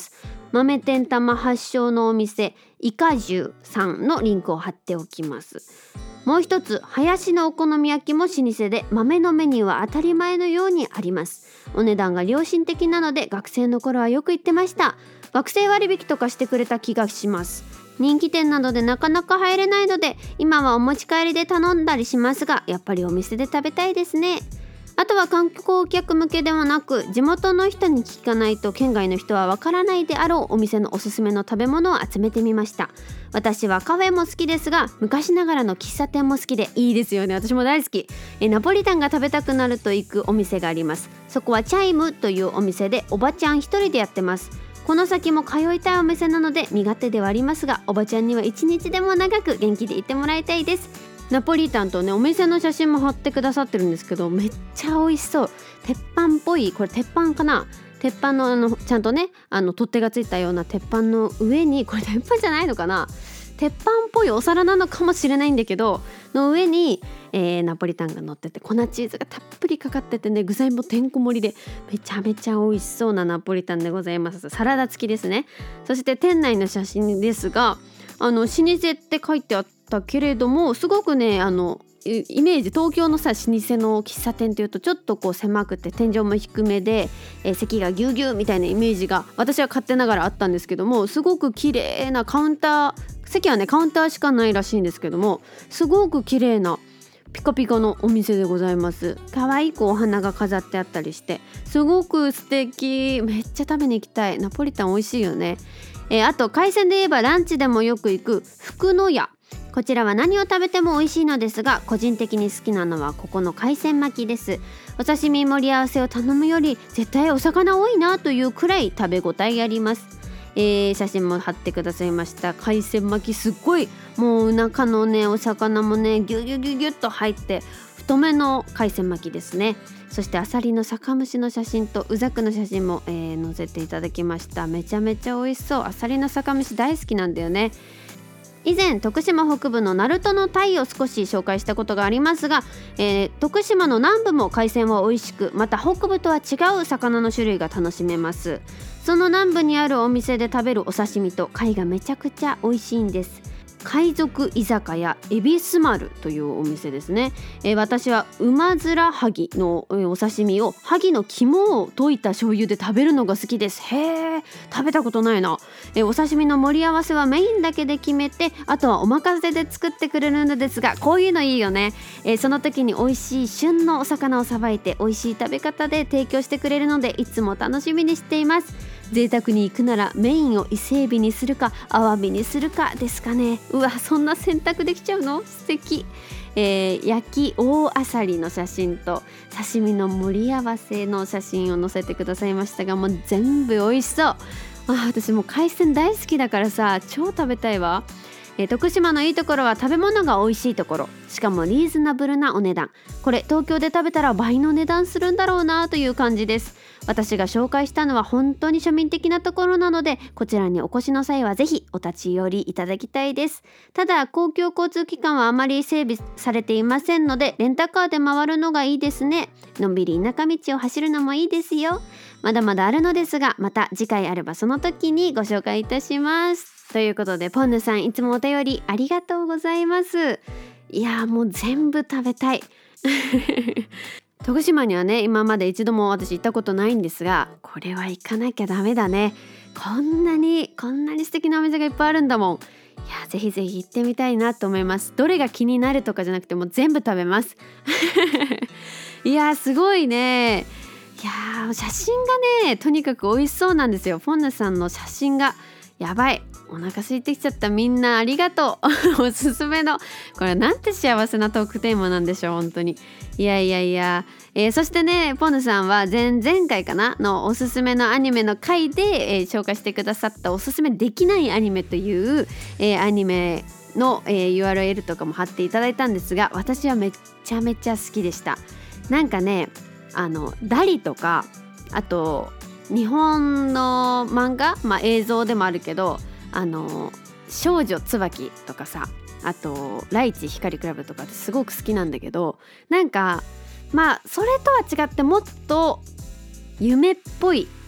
S1: 豆天玉発祥のお店イカ重さんのリンクを貼っておきます。もう一つ、林のお好み焼きも老舗で、豆のメニューは当たり前のようにあります。お値段が良心的なので学生の頃はよく行ってました。学生割引とかしてくれた気がします。人気店などでなかなか入れないので今はお持ち帰りで頼んだりしますが、やっぱりお店で食べたいですね。あとは観光客向けではなく、地元の人に聞かないと県外の人はわからないであろうお店のおすすめの食べ物を集めてみました。私はカフェも好きですが、昔ながらの喫茶店も好きで、いいですよね。私も大好き。えナポリタンが食べたくなると行くお店があります。そこはチャイムというお店で、おばちゃん一人でやってます。この先も通いたいお店なので身勝手ではありますが、おばちゃんには一日でも長く元気でいてもらいたいです。ナポリタンとね、お店の写真も貼ってくださってるんですけど、めっちゃ美味しそう。鉄板っぽい、これ鉄板かな、鉄板のあのちゃんとね、あの取っ手がついたような鉄板の上に、これ鉄板じゃないのかな、鉄板っぽいお皿なのかもしれないんだけど、の上に、えー、ナポリタンが乗ってて、粉チーズがたっぷりかかっててね、具材もてんこ盛りでめちゃめちゃ美味しそうなナポリタンでございます。サラダ付きですね。そして店内の写真ですが、あの老舗って書いてあったけれども、すごくね、あのイメージ、東京のさ老舗の喫茶店というとちょっとこう狭くて天井も低めで、えー、席がぎゅうぎゅうみたいなイメージが私は勝手ながらあったんですけども、すごく綺麗なカウンター、席はねカウンターしかないらしいんですけども、すごく綺麗なピカピカのお店でございます。可愛いこうお花が飾ってあったりして、すごく素敵。めっちゃ食べに行きたい。ナポリタン美味しいよね。えー、あと海鮮で言えばランチでもよく行く福の屋、こちらは何を食べても美味しいのですが、個人的に好きなのはここの海鮮巻きです。お刺身盛り合わせを頼むより絶対お魚多いなというくらい食べ応えあります。えー、写真も貼ってくださいました。海鮮巻きすっごい、もう中のねお魚もねギュギュギュギュッと入って太めの海鮮巻きですね。そしてアサリの酒蒸しの写真とうざくの写真も、えー、載せていただきました。めちゃめちゃ美味しそう。アサリの酒蒸し大好きなんだよね。以前徳島北部の鳴門の鯛を少し紹介したことがありますが、えー、徳島の南部も海鮮は美味しく、また北部とは違う魚の種類が楽しめます。その南部にあるお店で食べるお刺身と貝がめちゃくちゃ美味しいんです。海賊居酒屋恵比寿丸というお店ですね。えー、私は馬面ハギの、えー、お刺身をハギの肝を溶いた醤油で食べるのが好きです。へー、食べたことないな。えー、お刺身の盛り合わせはメインだけで決めて、あとはお任せで作ってくれるのですが、こういうのいいよね。えー、その時に美味しい旬のお魚をさばいて美味しい食べ方で提供してくれるので、いつも楽しみにしています。贅沢に行くならメインを伊勢海老にするかアワビにするかですかね。うわ、そんな選択できちゃうの、素敵。えー、焼き大あさりの写真と刺身の盛り合わせの写真を載せてくださいましたが、もう全部美味しそう。あ、私もう海鮮大好きだからさ、超食べたいわ。えー、徳島のいいところは食べ物が美味しいところ、しかもリーズナブルなお値段。これ東京で食べたら倍の値段するんだろうなという感じです。私が紹介したのは本当に庶民的なところなので、こちらにお越しの際はぜひお立ち寄りいただきたいです。ただ公共交通機関はあまり整備されていませんので、レンタカーで回るのがいいですね。のんびり田舎道を走るのもいいですよ。まだまだあるのですが、また次回あればその時にご紹介いたします。ということで、ポンヌさんいつもお便りありがとうございます。いやー、もう全部食べたい徳島にはね、今まで一度も私行ったことないんですが、これは行かなきゃダメだね。こんなにこんなに素敵なお店がいっぱいあるんだもん。いや、ぜひぜひ行ってみたいなと思います。どれが気になるとかじゃなくて、もう全部食べますいや、すごいね。いや、写真がね、とにかく美味しそうなんですよ。フォンヌさんの写真がやばい。お腹空いてきちゃった。みんなありがとうおすすめの、これなんて幸せなトークテーマなんでしょう、本当に。いやいやいや、えー、そしてね、ポンヌさんは前々回かなのおすすめのアニメの回で、えー、紹介してくださったおすすめできないアニメという、えー、アニメの、えー、ユーアールエル とかも貼っていただいたんですが、私はめちゃめちゃ好きでした。なんかね、あのダリとか、あと日本の漫画、まあ、映像でもあるけど、あの少女椿とかさ、あとライチ光クラブとかってすごく好きなんだけど、なんかまあそれとは違ってもっと夢っぽい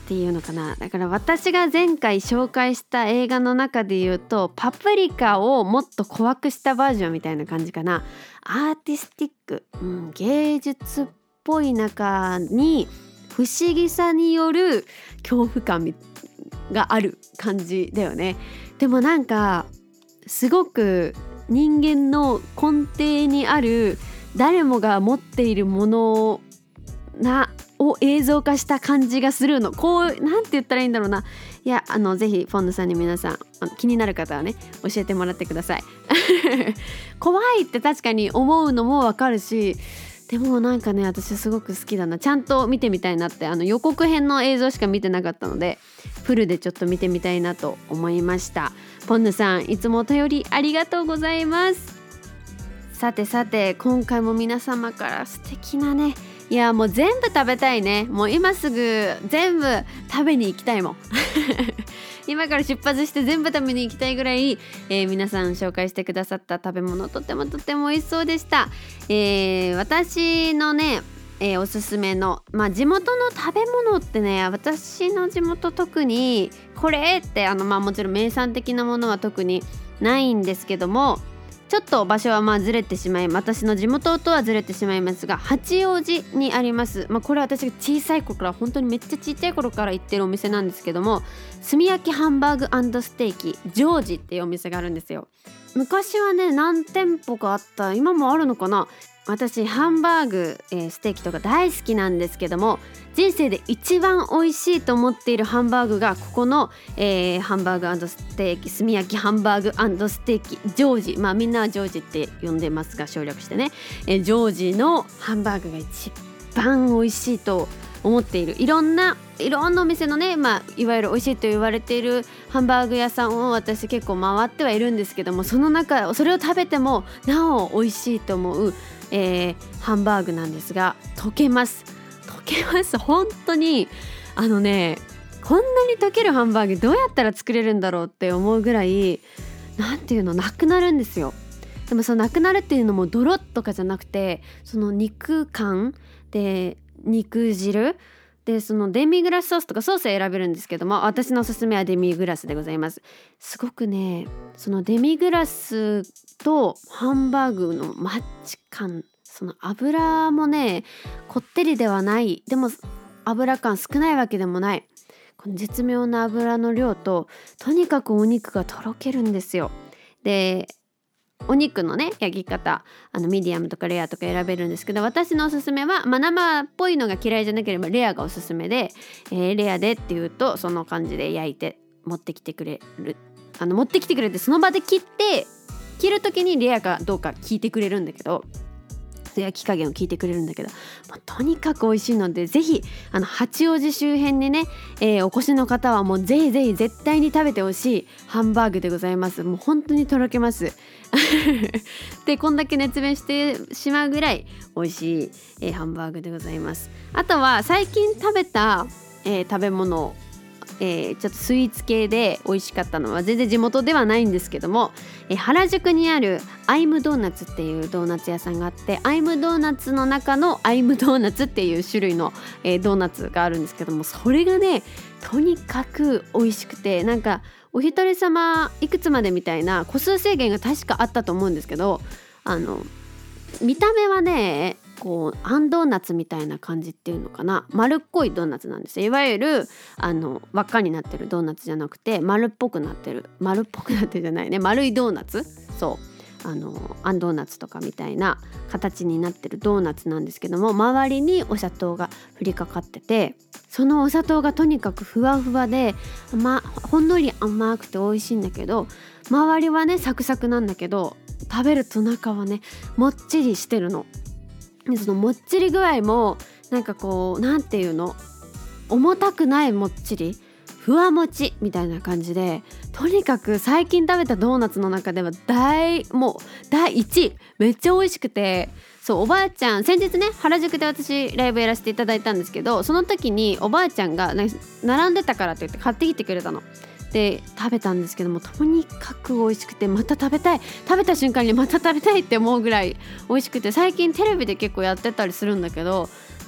S1: ていうのかな。だから私が前回紹介した映画の中で言うとパプリカをもっと怖くしたバージョンみたいな感じかな。アーティスティック、うん、芸術っぽい中に不思議さによる恐怖感がある感じだよね。でもなんかすごく人間の根底にある誰もが持っているものなを映像化した感じがするの。こうなんて言ったらいいんだろうな。いやあのぜひフォンヌさんに皆さん気になる方はね教えてもらってください怖いって確かに思うのもわかるし、でもなんかね私すごく好きだな。ちゃんと見てみたいなって、あの予告編の映像しか見てなかったのでフルでちょっと見てみたいなと思いました。ポンヌさんいつもお便りありがとうございます。さてさて今回も皆様から素敵なね、いやもう全部食べたいね。もう今すぐ全部食べに行きたいもん今から出発して全部食べに行きたいぐらい、えー、皆さん紹介してくださった食べ物とてもとても美味しそうでした。えー、私のね、えー、おすすめの、まあ、地元の食べ物ってね、私の地元特にこれってあの、まあ、もちろん名産的なものは特にないんですけども、ちょっと場所はまあずれてしまい、私の地元とはずれてしまいますが八王子にあります、まあ、これは私が小さい頃から本当にめっちゃちっちゃい頃から行ってるお店なんですけども、炭焼きハンバーグ&ステーキジョージっていうお店があるんですよ。昔はね何店舗かあった、今もあるのかな。私ハンバーグ、えー、ステーキとか大好きなんですけども、人生で一番美味しいと思っているハンバーグがここの、えー、ハンバーグ&ステーキ炭焼きハンバーグ&ステーキジョージ、まあみんなはジョージって呼んでますが省略してね、えー、ジョージのハンバーグが一番美味しいと思っている。いろんないろんなお店のね、まあ、いわゆる美味しいと言われているハンバーグ屋さんを私結構回ってはいるんですけども、その中それを食べてもなお美味しいと思う、えー、ハンバーグなんですが、溶けます溶けます本当に。あのねこんなに溶けるハンバーグどうやったら作れるんだろうって思うぐらい、なんていうの、なくなるんですよ。でもそのなくなるっていうのもドロッとかじゃなくて、その肉感で肉汁でそのデミグラスソースとかソースを選べるんですけども、私のおすすめはデミグラスでございます。すごくねそのデミグラスとハンバーグのマッチ感、その油もねこってりではない、でも油感少ないわけでもない、この絶妙な油の量ととにかくお肉がとろけるんですよ。でお肉のね焼き方、あのミディアムとかレアとか選べるんですけど、私のおすすめは、まあ、生っぽいのが嫌いじゃなければレアがおすすめで、えー、レアでっていうとその感じで焼いて持ってきてくれる、あの持ってきてくれてその場で切って切る時にレアかどうか聞いてくれるんだけど、焼き加減を聞いてくれるんだけど、もうとにかく美味しいので、ぜひあの八王子周辺にね、えー、お越しの方はもうぜひぜひ絶対に食べてほしいハンバーグでございます。もう本当にとろけますでこんだけ熱弁してしまうぐらい美味しい、えー、ハンバーグでございます。あとは最近食べた、えー、食べ物、えー、ちょっとスイーツ系で美味しかったのは全然地元ではないんですけども、えー、原宿にあるアイムドーナツっていうドーナツ屋さんがあって、アイムドーナツの中のアイムドーナツっていう種類の、えー、ドーナツがあるんですけども、それがねとにかく美味しくて、なんかお一人様いくつまでみたいな個数制限が確かあったと思うんですけど、あの見た目はねこうあんドーナツみたいな感じっていうのかな、丸っこいドーナツなんですよ。いわゆるあの輪っかになってるドーナツじゃなくて丸っぽくなってる丸っぽくなってるじゃないね丸いドーナツ、そうあのあんドーナツとかみたいな形になってるドーナツなんですけども、周りにお砂糖が振りかかってて、そのお砂糖がとにかくふわふわで、ま、ほんのり甘くて美味しいんだけど、周りはねサクサクなんだけど食べると中はねもっちりしてるの。でそのもっちり具合もなんかこうなんていうの、重たくないもっちり、ふわもちみたいな感じで、とにかく最近食べたドーナツの中では大もう第一位、めっちゃ美味しくて、そうおばあちゃん先日ね原宿で私ライブやらせていただいたんですけど、その時におばあちゃんが並んでたからって言って買ってきてくれたので食べたんですけども、とにかく美味しくて、また食べたい食べた瞬間にまた食べたいって思うぐらい美味しくて、最近テレビで結構やってたりするんだけど、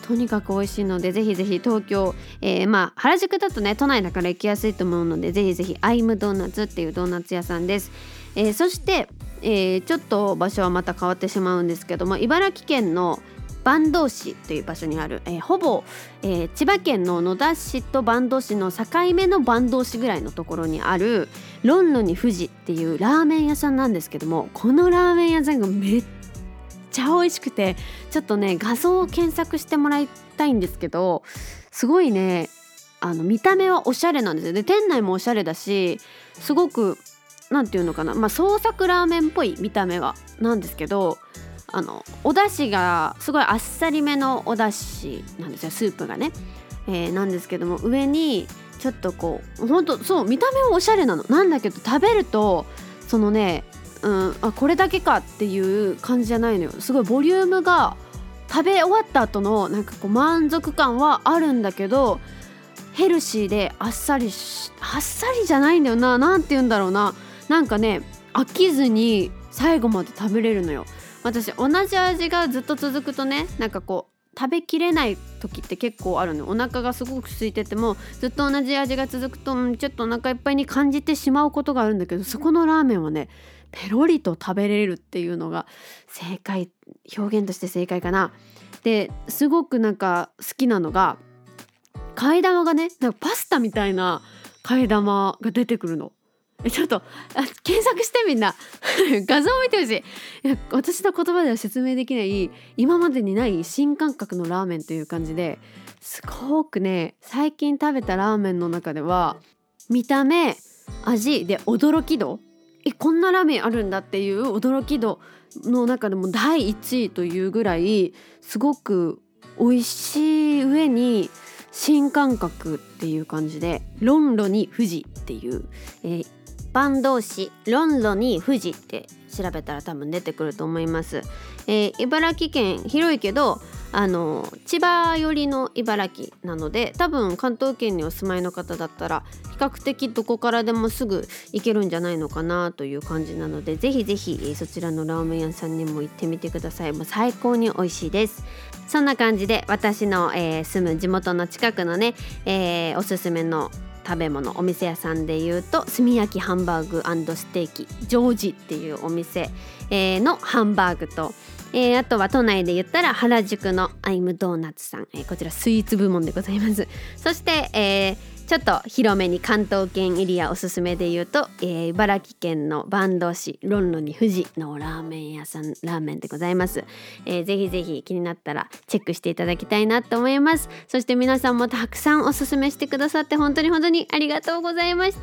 S1: とにかく美味しいので、ぜひぜひ東京、えー、まあ原宿だとね都内だから行きやすいと思うので、ぜひぜひアイムドーナツっていうドーナツ屋さんです。えー、そして、えー、ちょっと場所はまた変わってしまうんですけども、茨城県の坂東市という場所にある、えー、ほぼ、えー、千葉県の野田市と坂東市の境目の坂東市ぐらいのところにあるロンロに富士っていうラーメン屋さんなんですけども、このラーメン屋さんがめっちゃ美味しくて、ちょっとね画像を検索してもらいたいんですけど、すごいね、あの見た目はおしゃれなんですよ。で店内もおしゃれだし、すごくなんていうのかな、まあ創作ラーメンっぽい見た目はなんですけど、あのお出汁がすごいあっさりめのお出汁なんですよ、スープがね、えー、なんですけども、上にちょっとこうほんとそう見た目はおしゃれなのなんだけど、食べるとそのね、うん、あこれだけかっていう感じじゃないのよ。すごいボリュームが、食べ終わった後のなんかこう満足感はあるんだけど、ヘルシーであっさりしあっさりじゃないんだよな、なんて言うんだろうな、なんかね飽きずに最後まで食べれるのよ。私同じ味がずっと続くとね、なんかこう食べきれない時って結構あるのよ。お腹がすごく空いててもずっと同じ味が続くと、うん、ちょっとお腹いっぱいに感じてしまうことがあるんだけど、そこのラーメンはねペロリと食べれるっていうのが正解、表現として正解かな。ですごくなんか好きなのが、替え玉がねなんかパスタみたいな替え玉が出てくるの。えちょっとあ検索してみんな画像を見てほしい。いや私の言葉では説明できない今までにない新感覚のラーメンという感じで、すごくね最近食べたラーメンの中では見た目味で驚き度、えこんなラーメンあるんだっていう驚き度の中でもだいいちいというぐらいすごく美味しい上に新感覚っていう感じで、ロンロに富士っていう、えー、坂東市ロンロに富士って調べたら多分出てくると思います。えー、茨城県広いけどあの千葉寄りの茨城なので、多分関東圏にお住まいの方だったら比較的どこからでもすぐ行けるんじゃないのかなという感じなので、ぜひぜひそちらのラーメン屋さんにも行ってみてください。もう最高に美味しいです。そんな感じで私の、えー、住む地元の近くのね、えー、おすすめの食べ物お店屋さんでいうと、炭焼きハンバーグ&ステーキジョージっていうお店、えー、のハンバーグと、えー、あとは都内で言ったら原宿のアイムドーナツさん、えー、こちらスイーツ部門でございます。そして、えーちょっと広めに関東圏エリアおすすめで言うと、えー、茨城県の坂東市ロンロに富士のラーメン屋さんラーメンでございます。えー、ぜひぜひ気になったらチェックしていただきたいなと思います。そして皆さんもたくさんおすすめしてくださって本当に本当にありがとうございました。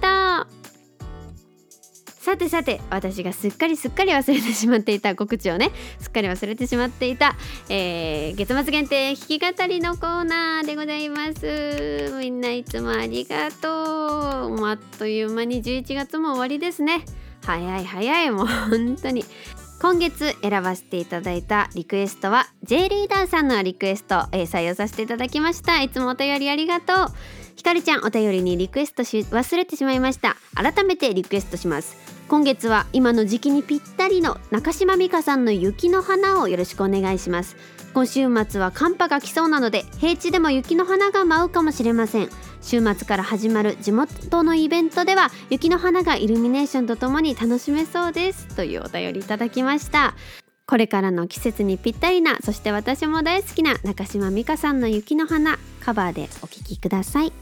S1: さてさて、私がすっかりすっかり忘れてしまっていた告知をねすっかり忘れてしまっていた、えー、月末限定弾き語りのコーナーでございます。みんないつもありがとう。もうあっという間にじゅういちがつも終わりですね。早い早い、もう本当に。今月選ばせていただいたリクエストは J リーダーさんのリクエスト、えー、採用させていただきました。いつもお便りありがとう。ひかるちゃん、お便りにリクエストし忘れてしまいました。改めてリクエストします。今月は今の時期にぴったりの中島美嘉さんの雪の花をよろしくお願いします。今週末は寒波が来そうなので平地でも雪の花が舞うかもしれません。週末から始まる地元のイベントでは雪の花がイルミネーションとともに楽しめそうですというお便りいただきました。これからの季節にぴったりな、そして私も大好きな中島美嘉さんの雪の花、カバーでお聴きください。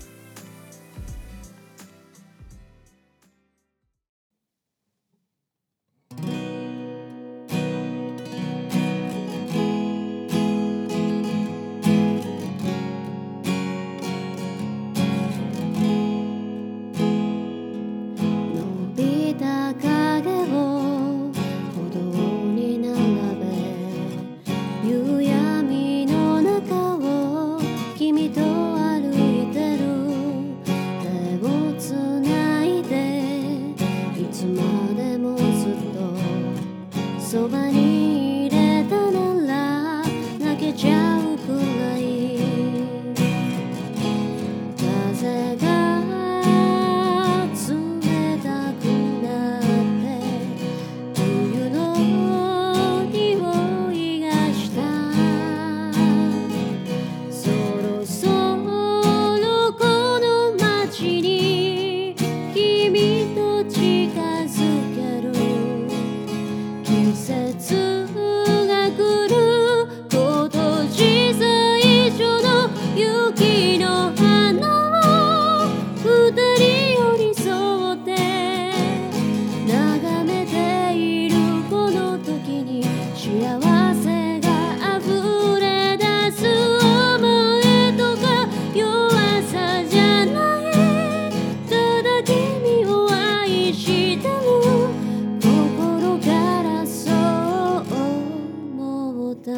S1: そばに入れたなら泣けちゃうくらい風が冷たくなって冬の匂いがした
S2: 節が来る今年最初の雪の花を二人寄り添って眺めているこの時に幸せが溢れ出す思いとか弱さじゃないただ君を愛してる心からそう思った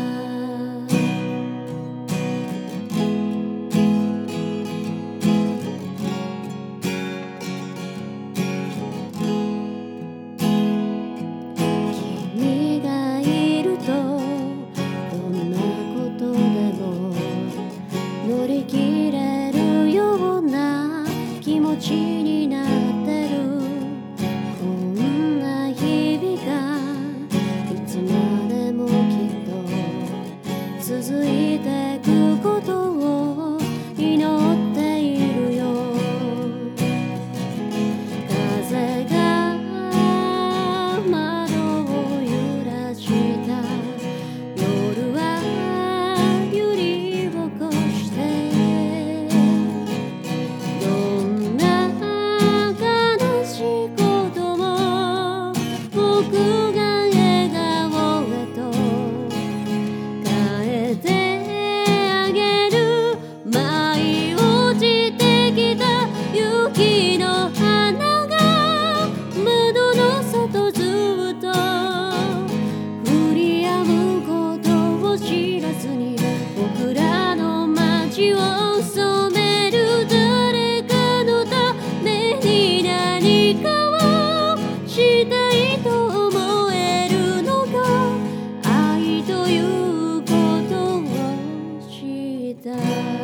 S2: 君がいるとどんなことでも乗り切れるような気持ちになってるこんな日々がいつまでもきっと続いてくことを祈っているよ風が窓を揺らした夜は揺り起こしてどんな悲しいことも僕が笑顔へと変えてあげる舞い落ちてきた雪の花が窓の外ずっと降り止むことを知らずに僕らの街を染める誰かのために何かをしたいと思えるのが愛ということを知った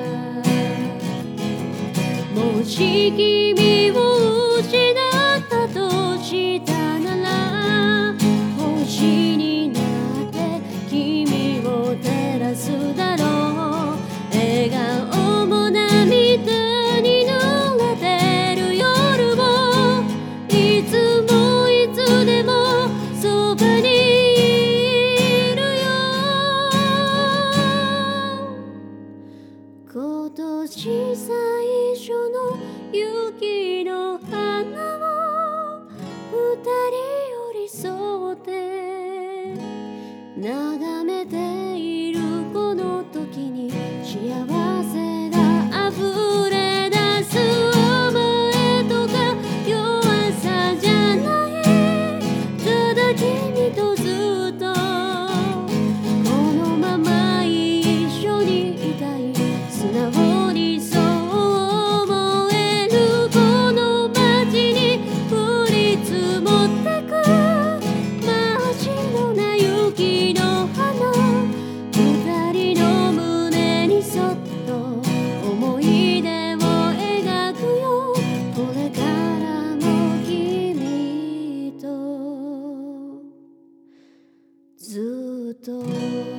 S2: もし君を失ったとしたなら星になって君を照らすだろう笑顔も涙に濡れてる夜をいつもいつでもそばにいるよ今年最初の雪の花を二人寄り添って眺めているこの時に幸せが溢れ出す思いとか弱さじゃないただ君とずっとこのまま一緒にいたい素直にそう思えるこの街に降り積もってく真っ白な雪の花二人の胸にそっと思い出を描くよこれからも君とずっと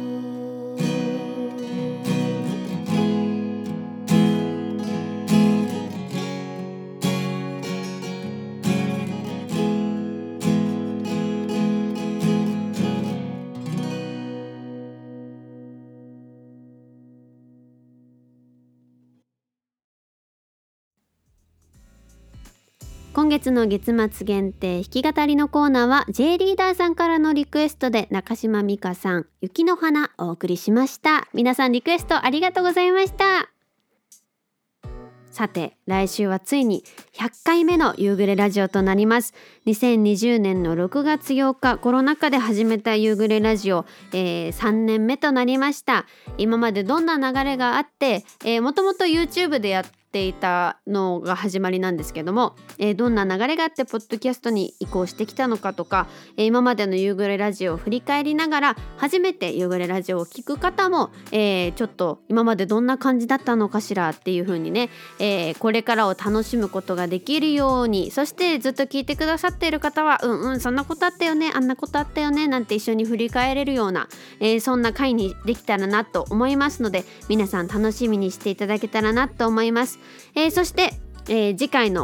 S1: 今月の月末限定弾き語りのコーナーは J リーダーさんからのリクエストで中島美嘉さん雪の花お送りしました。皆さんリクエストありがとうございました。さて来週はついにひゃっかいめの夕暮れラジオとなります。にせんにじゅうねんのろくがつようかコロナ禍で始めた夕暮れラジオ、えー、さんねんめとなりました。今までどんな流れがあって、えー、もともと YouTube でやっていたのが始まりなんですけども、えー、どんな流れがあってポッドキャストに移行してきたのかとか、えー、今までの夕暮れラジオを振り返りながら初めて夕暮れラジオを聞く方も、えー、ちょっと今までどんな感じだったのかしらっていう風にね、えー、これからを楽しむことができるように、そしてずっと聞いてくださっている方はうんうんそんなことあったよねあんなことあったよねなんて一緒に振り返れるような、えー、そんな回にできたらなと思いますので、皆さん楽しみにしていただけたらなと思います。えー、そして、えー、次回の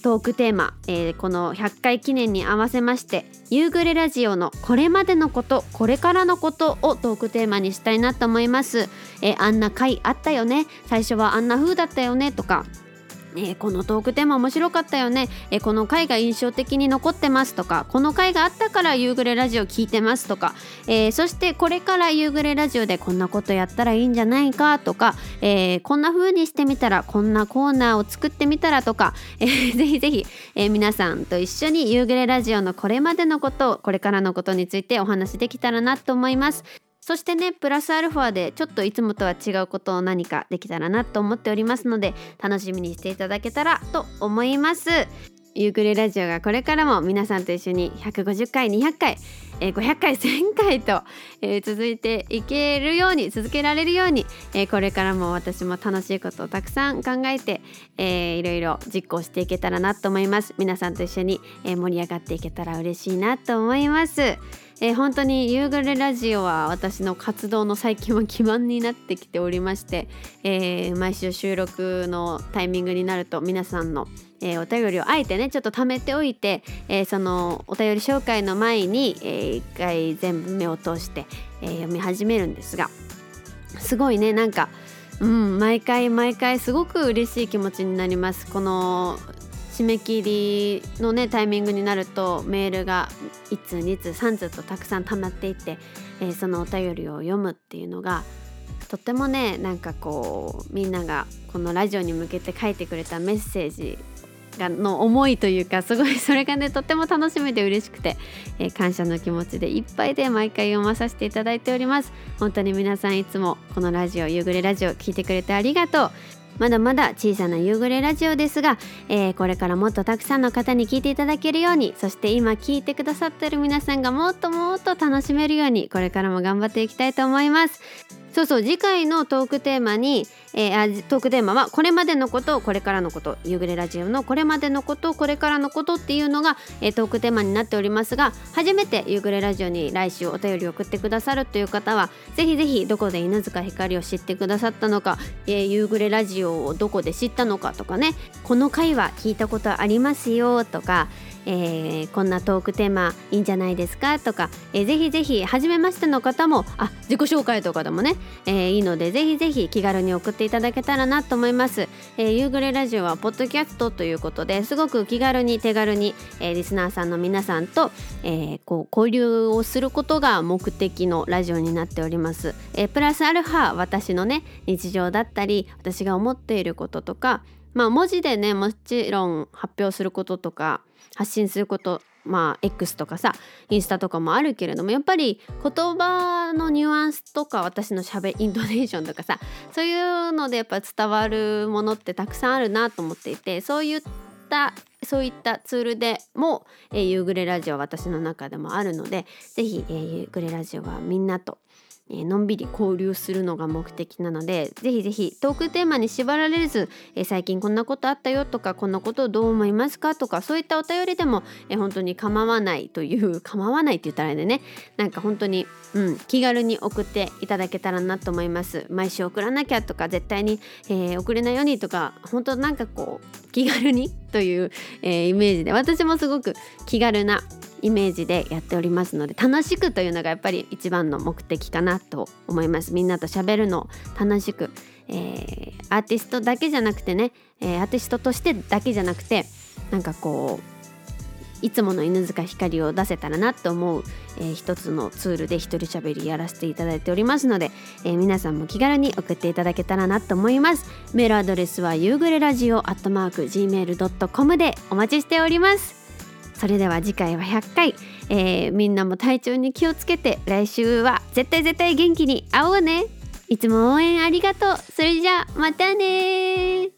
S1: トークテーマ、えー、このひゃっかい記念に合わせまして夕暮れラジオのこれまでのことこれからのことをトークテーマにしたいなと思います。えー、あんな回あったよね、最初はあんな風だったよねとか、えー、このトークテーマ面白かったよね、えー、この回が印象的に残ってますとか、この回があったから夕暮れラジオ聞いてますとか、えー、そしてこれから夕暮れラジオでこんなことやったらいいんじゃないかとか、えー、こんな風にしてみたら、こんなコーナーを作ってみたらとか、えー、ぜひぜひ、えー、皆さんと一緒に夕暮れラジオのこれまでのことこれからのことについてお話できたらなと思います。そしてね、プラスアルファでちょっといつもとは違うことを何かできたらなと思っておりますので、楽しみにしていただけたらと思います。夕暮れラジオがこれからも皆さんと一緒にひゃくごじゅっかいにひゃっかい、えー、ごひゃっかいせんかいと、えー、続いていけるように続けられるように、えー、これからも私も楽しいことをたくさん考えて、えー、いろいろ実行していけたらなと思います。皆さんと一緒に、えー、盛り上がっていけたら嬉しいなと思います。えー、本当に夕暮れラジオは私の活動の最近は基盤になってきておりまして、えー、毎週収録のタイミングになると皆さんの、えー、お便りをあえてねちょっと貯めておいて、えー、そのお便り紹介の前に、えー、一回全部目を通して、えー、読み始めるんですが、すごいね、なんか、うん、毎回毎回すごく嬉しい気持ちになります。この締め切りのねタイミングになるとメールがいっつうにつうさんつうとたくさん溜まっていって、えー、そのお便りを読むっていうのがとってもね、なんかこうみんながこのラジオに向けて書いてくれたメッセージがの思いというか、すごいそれがねとっても楽しみで嬉しくて、えー、感謝の気持ちでいっぱいで毎回読まさせていただいております。本当に皆さんいつもこのラジオ夕暮れラジオ聞いてくれてありがとう。まだまだ小さな夕暮れラジオですが、えー、これからもっとたくさんの方に聞いていただけるように、そして今聞いてくださっている皆さんがもっともっと楽しめるようにこれからも頑張っていきたいと思います。そうそう、次回のトークテーマに、えー、あトークテーマはこれまでのことこれからのこと、夕暮れラジオのこれまでのことこれからのことっていうのが、えー、トークテーマになっておりますが、初めて夕暮れラジオに来週お便りを送ってくださるという方はぜひぜひどこで犬塚ひかりを知ってくださったのか、えー、夕暮れラジオをどこで知ったのかとかね、この回は聞いたことありますよとか、えー、こんなトークテーマいいんじゃないですかとか、えー、ぜひぜひ初めましての方もあ自己紹介とかでもね、えー、いいのでぜひぜひ気軽に送っていただけたらなと思います。えー、夕暮れラジオはポッドキャストということですごく気軽に手軽に、えー、リスナーさんの皆さんと、えー、こう交流をすることが目的のラジオになっております。えー、プラスアルファ私のね日常だったり私が思っていることとか、まあ文字でねもちろん発表することとか発信すること、まあ X とかさインスタとかもあるけれども、やっぱり言葉のニュアンスとか私のしゃべイントネーションとかさ、そういうのでやっぱ伝わるものってたくさんあるなと思っていて、そういったそういったツールでも、えー、夕暮れラジオは私の中でもあるので、ぜひ、えー、夕暮れラジオはみんなとえー、のんびり交流するのが目的なので、ぜひぜひトークテーマに縛られず、えー、最近こんなことあったよとかこんなことをどう思いますかとか、そういったお便りでも、えー、本当に構わないという構わないって言ったらあれでね、なんか本当に、うん、気軽に送っていただけたらなと思います。毎週送らなきゃとか絶対に、えー、送れないようにとか、本当なんかこう気軽にという、えー、イメージで、私もすごく気軽なイメージでやっておりますので、楽しくというのがやっぱり一番の目的かなと思います。みんなと喋るのを楽しく、えー、アーティストだけじゃなくてね、えー、アーティストとしてだけじゃなくて、なんかこういつもの犬塚ひかりを出せたらなと思う、えー、一つのツールで一人喋りやらせていただいておりますので、えー、皆さんも気軽に送っていただけたらなと思います。メールアドレスは夕暮れラジオアットマーク ジーメールドットコム でお待ちしております。それでは次回はひゃっかい、えー、みんなも体調に気をつけて来週は絶対絶対元気に会おうね。いつも応援ありがとう。それじゃあまたね。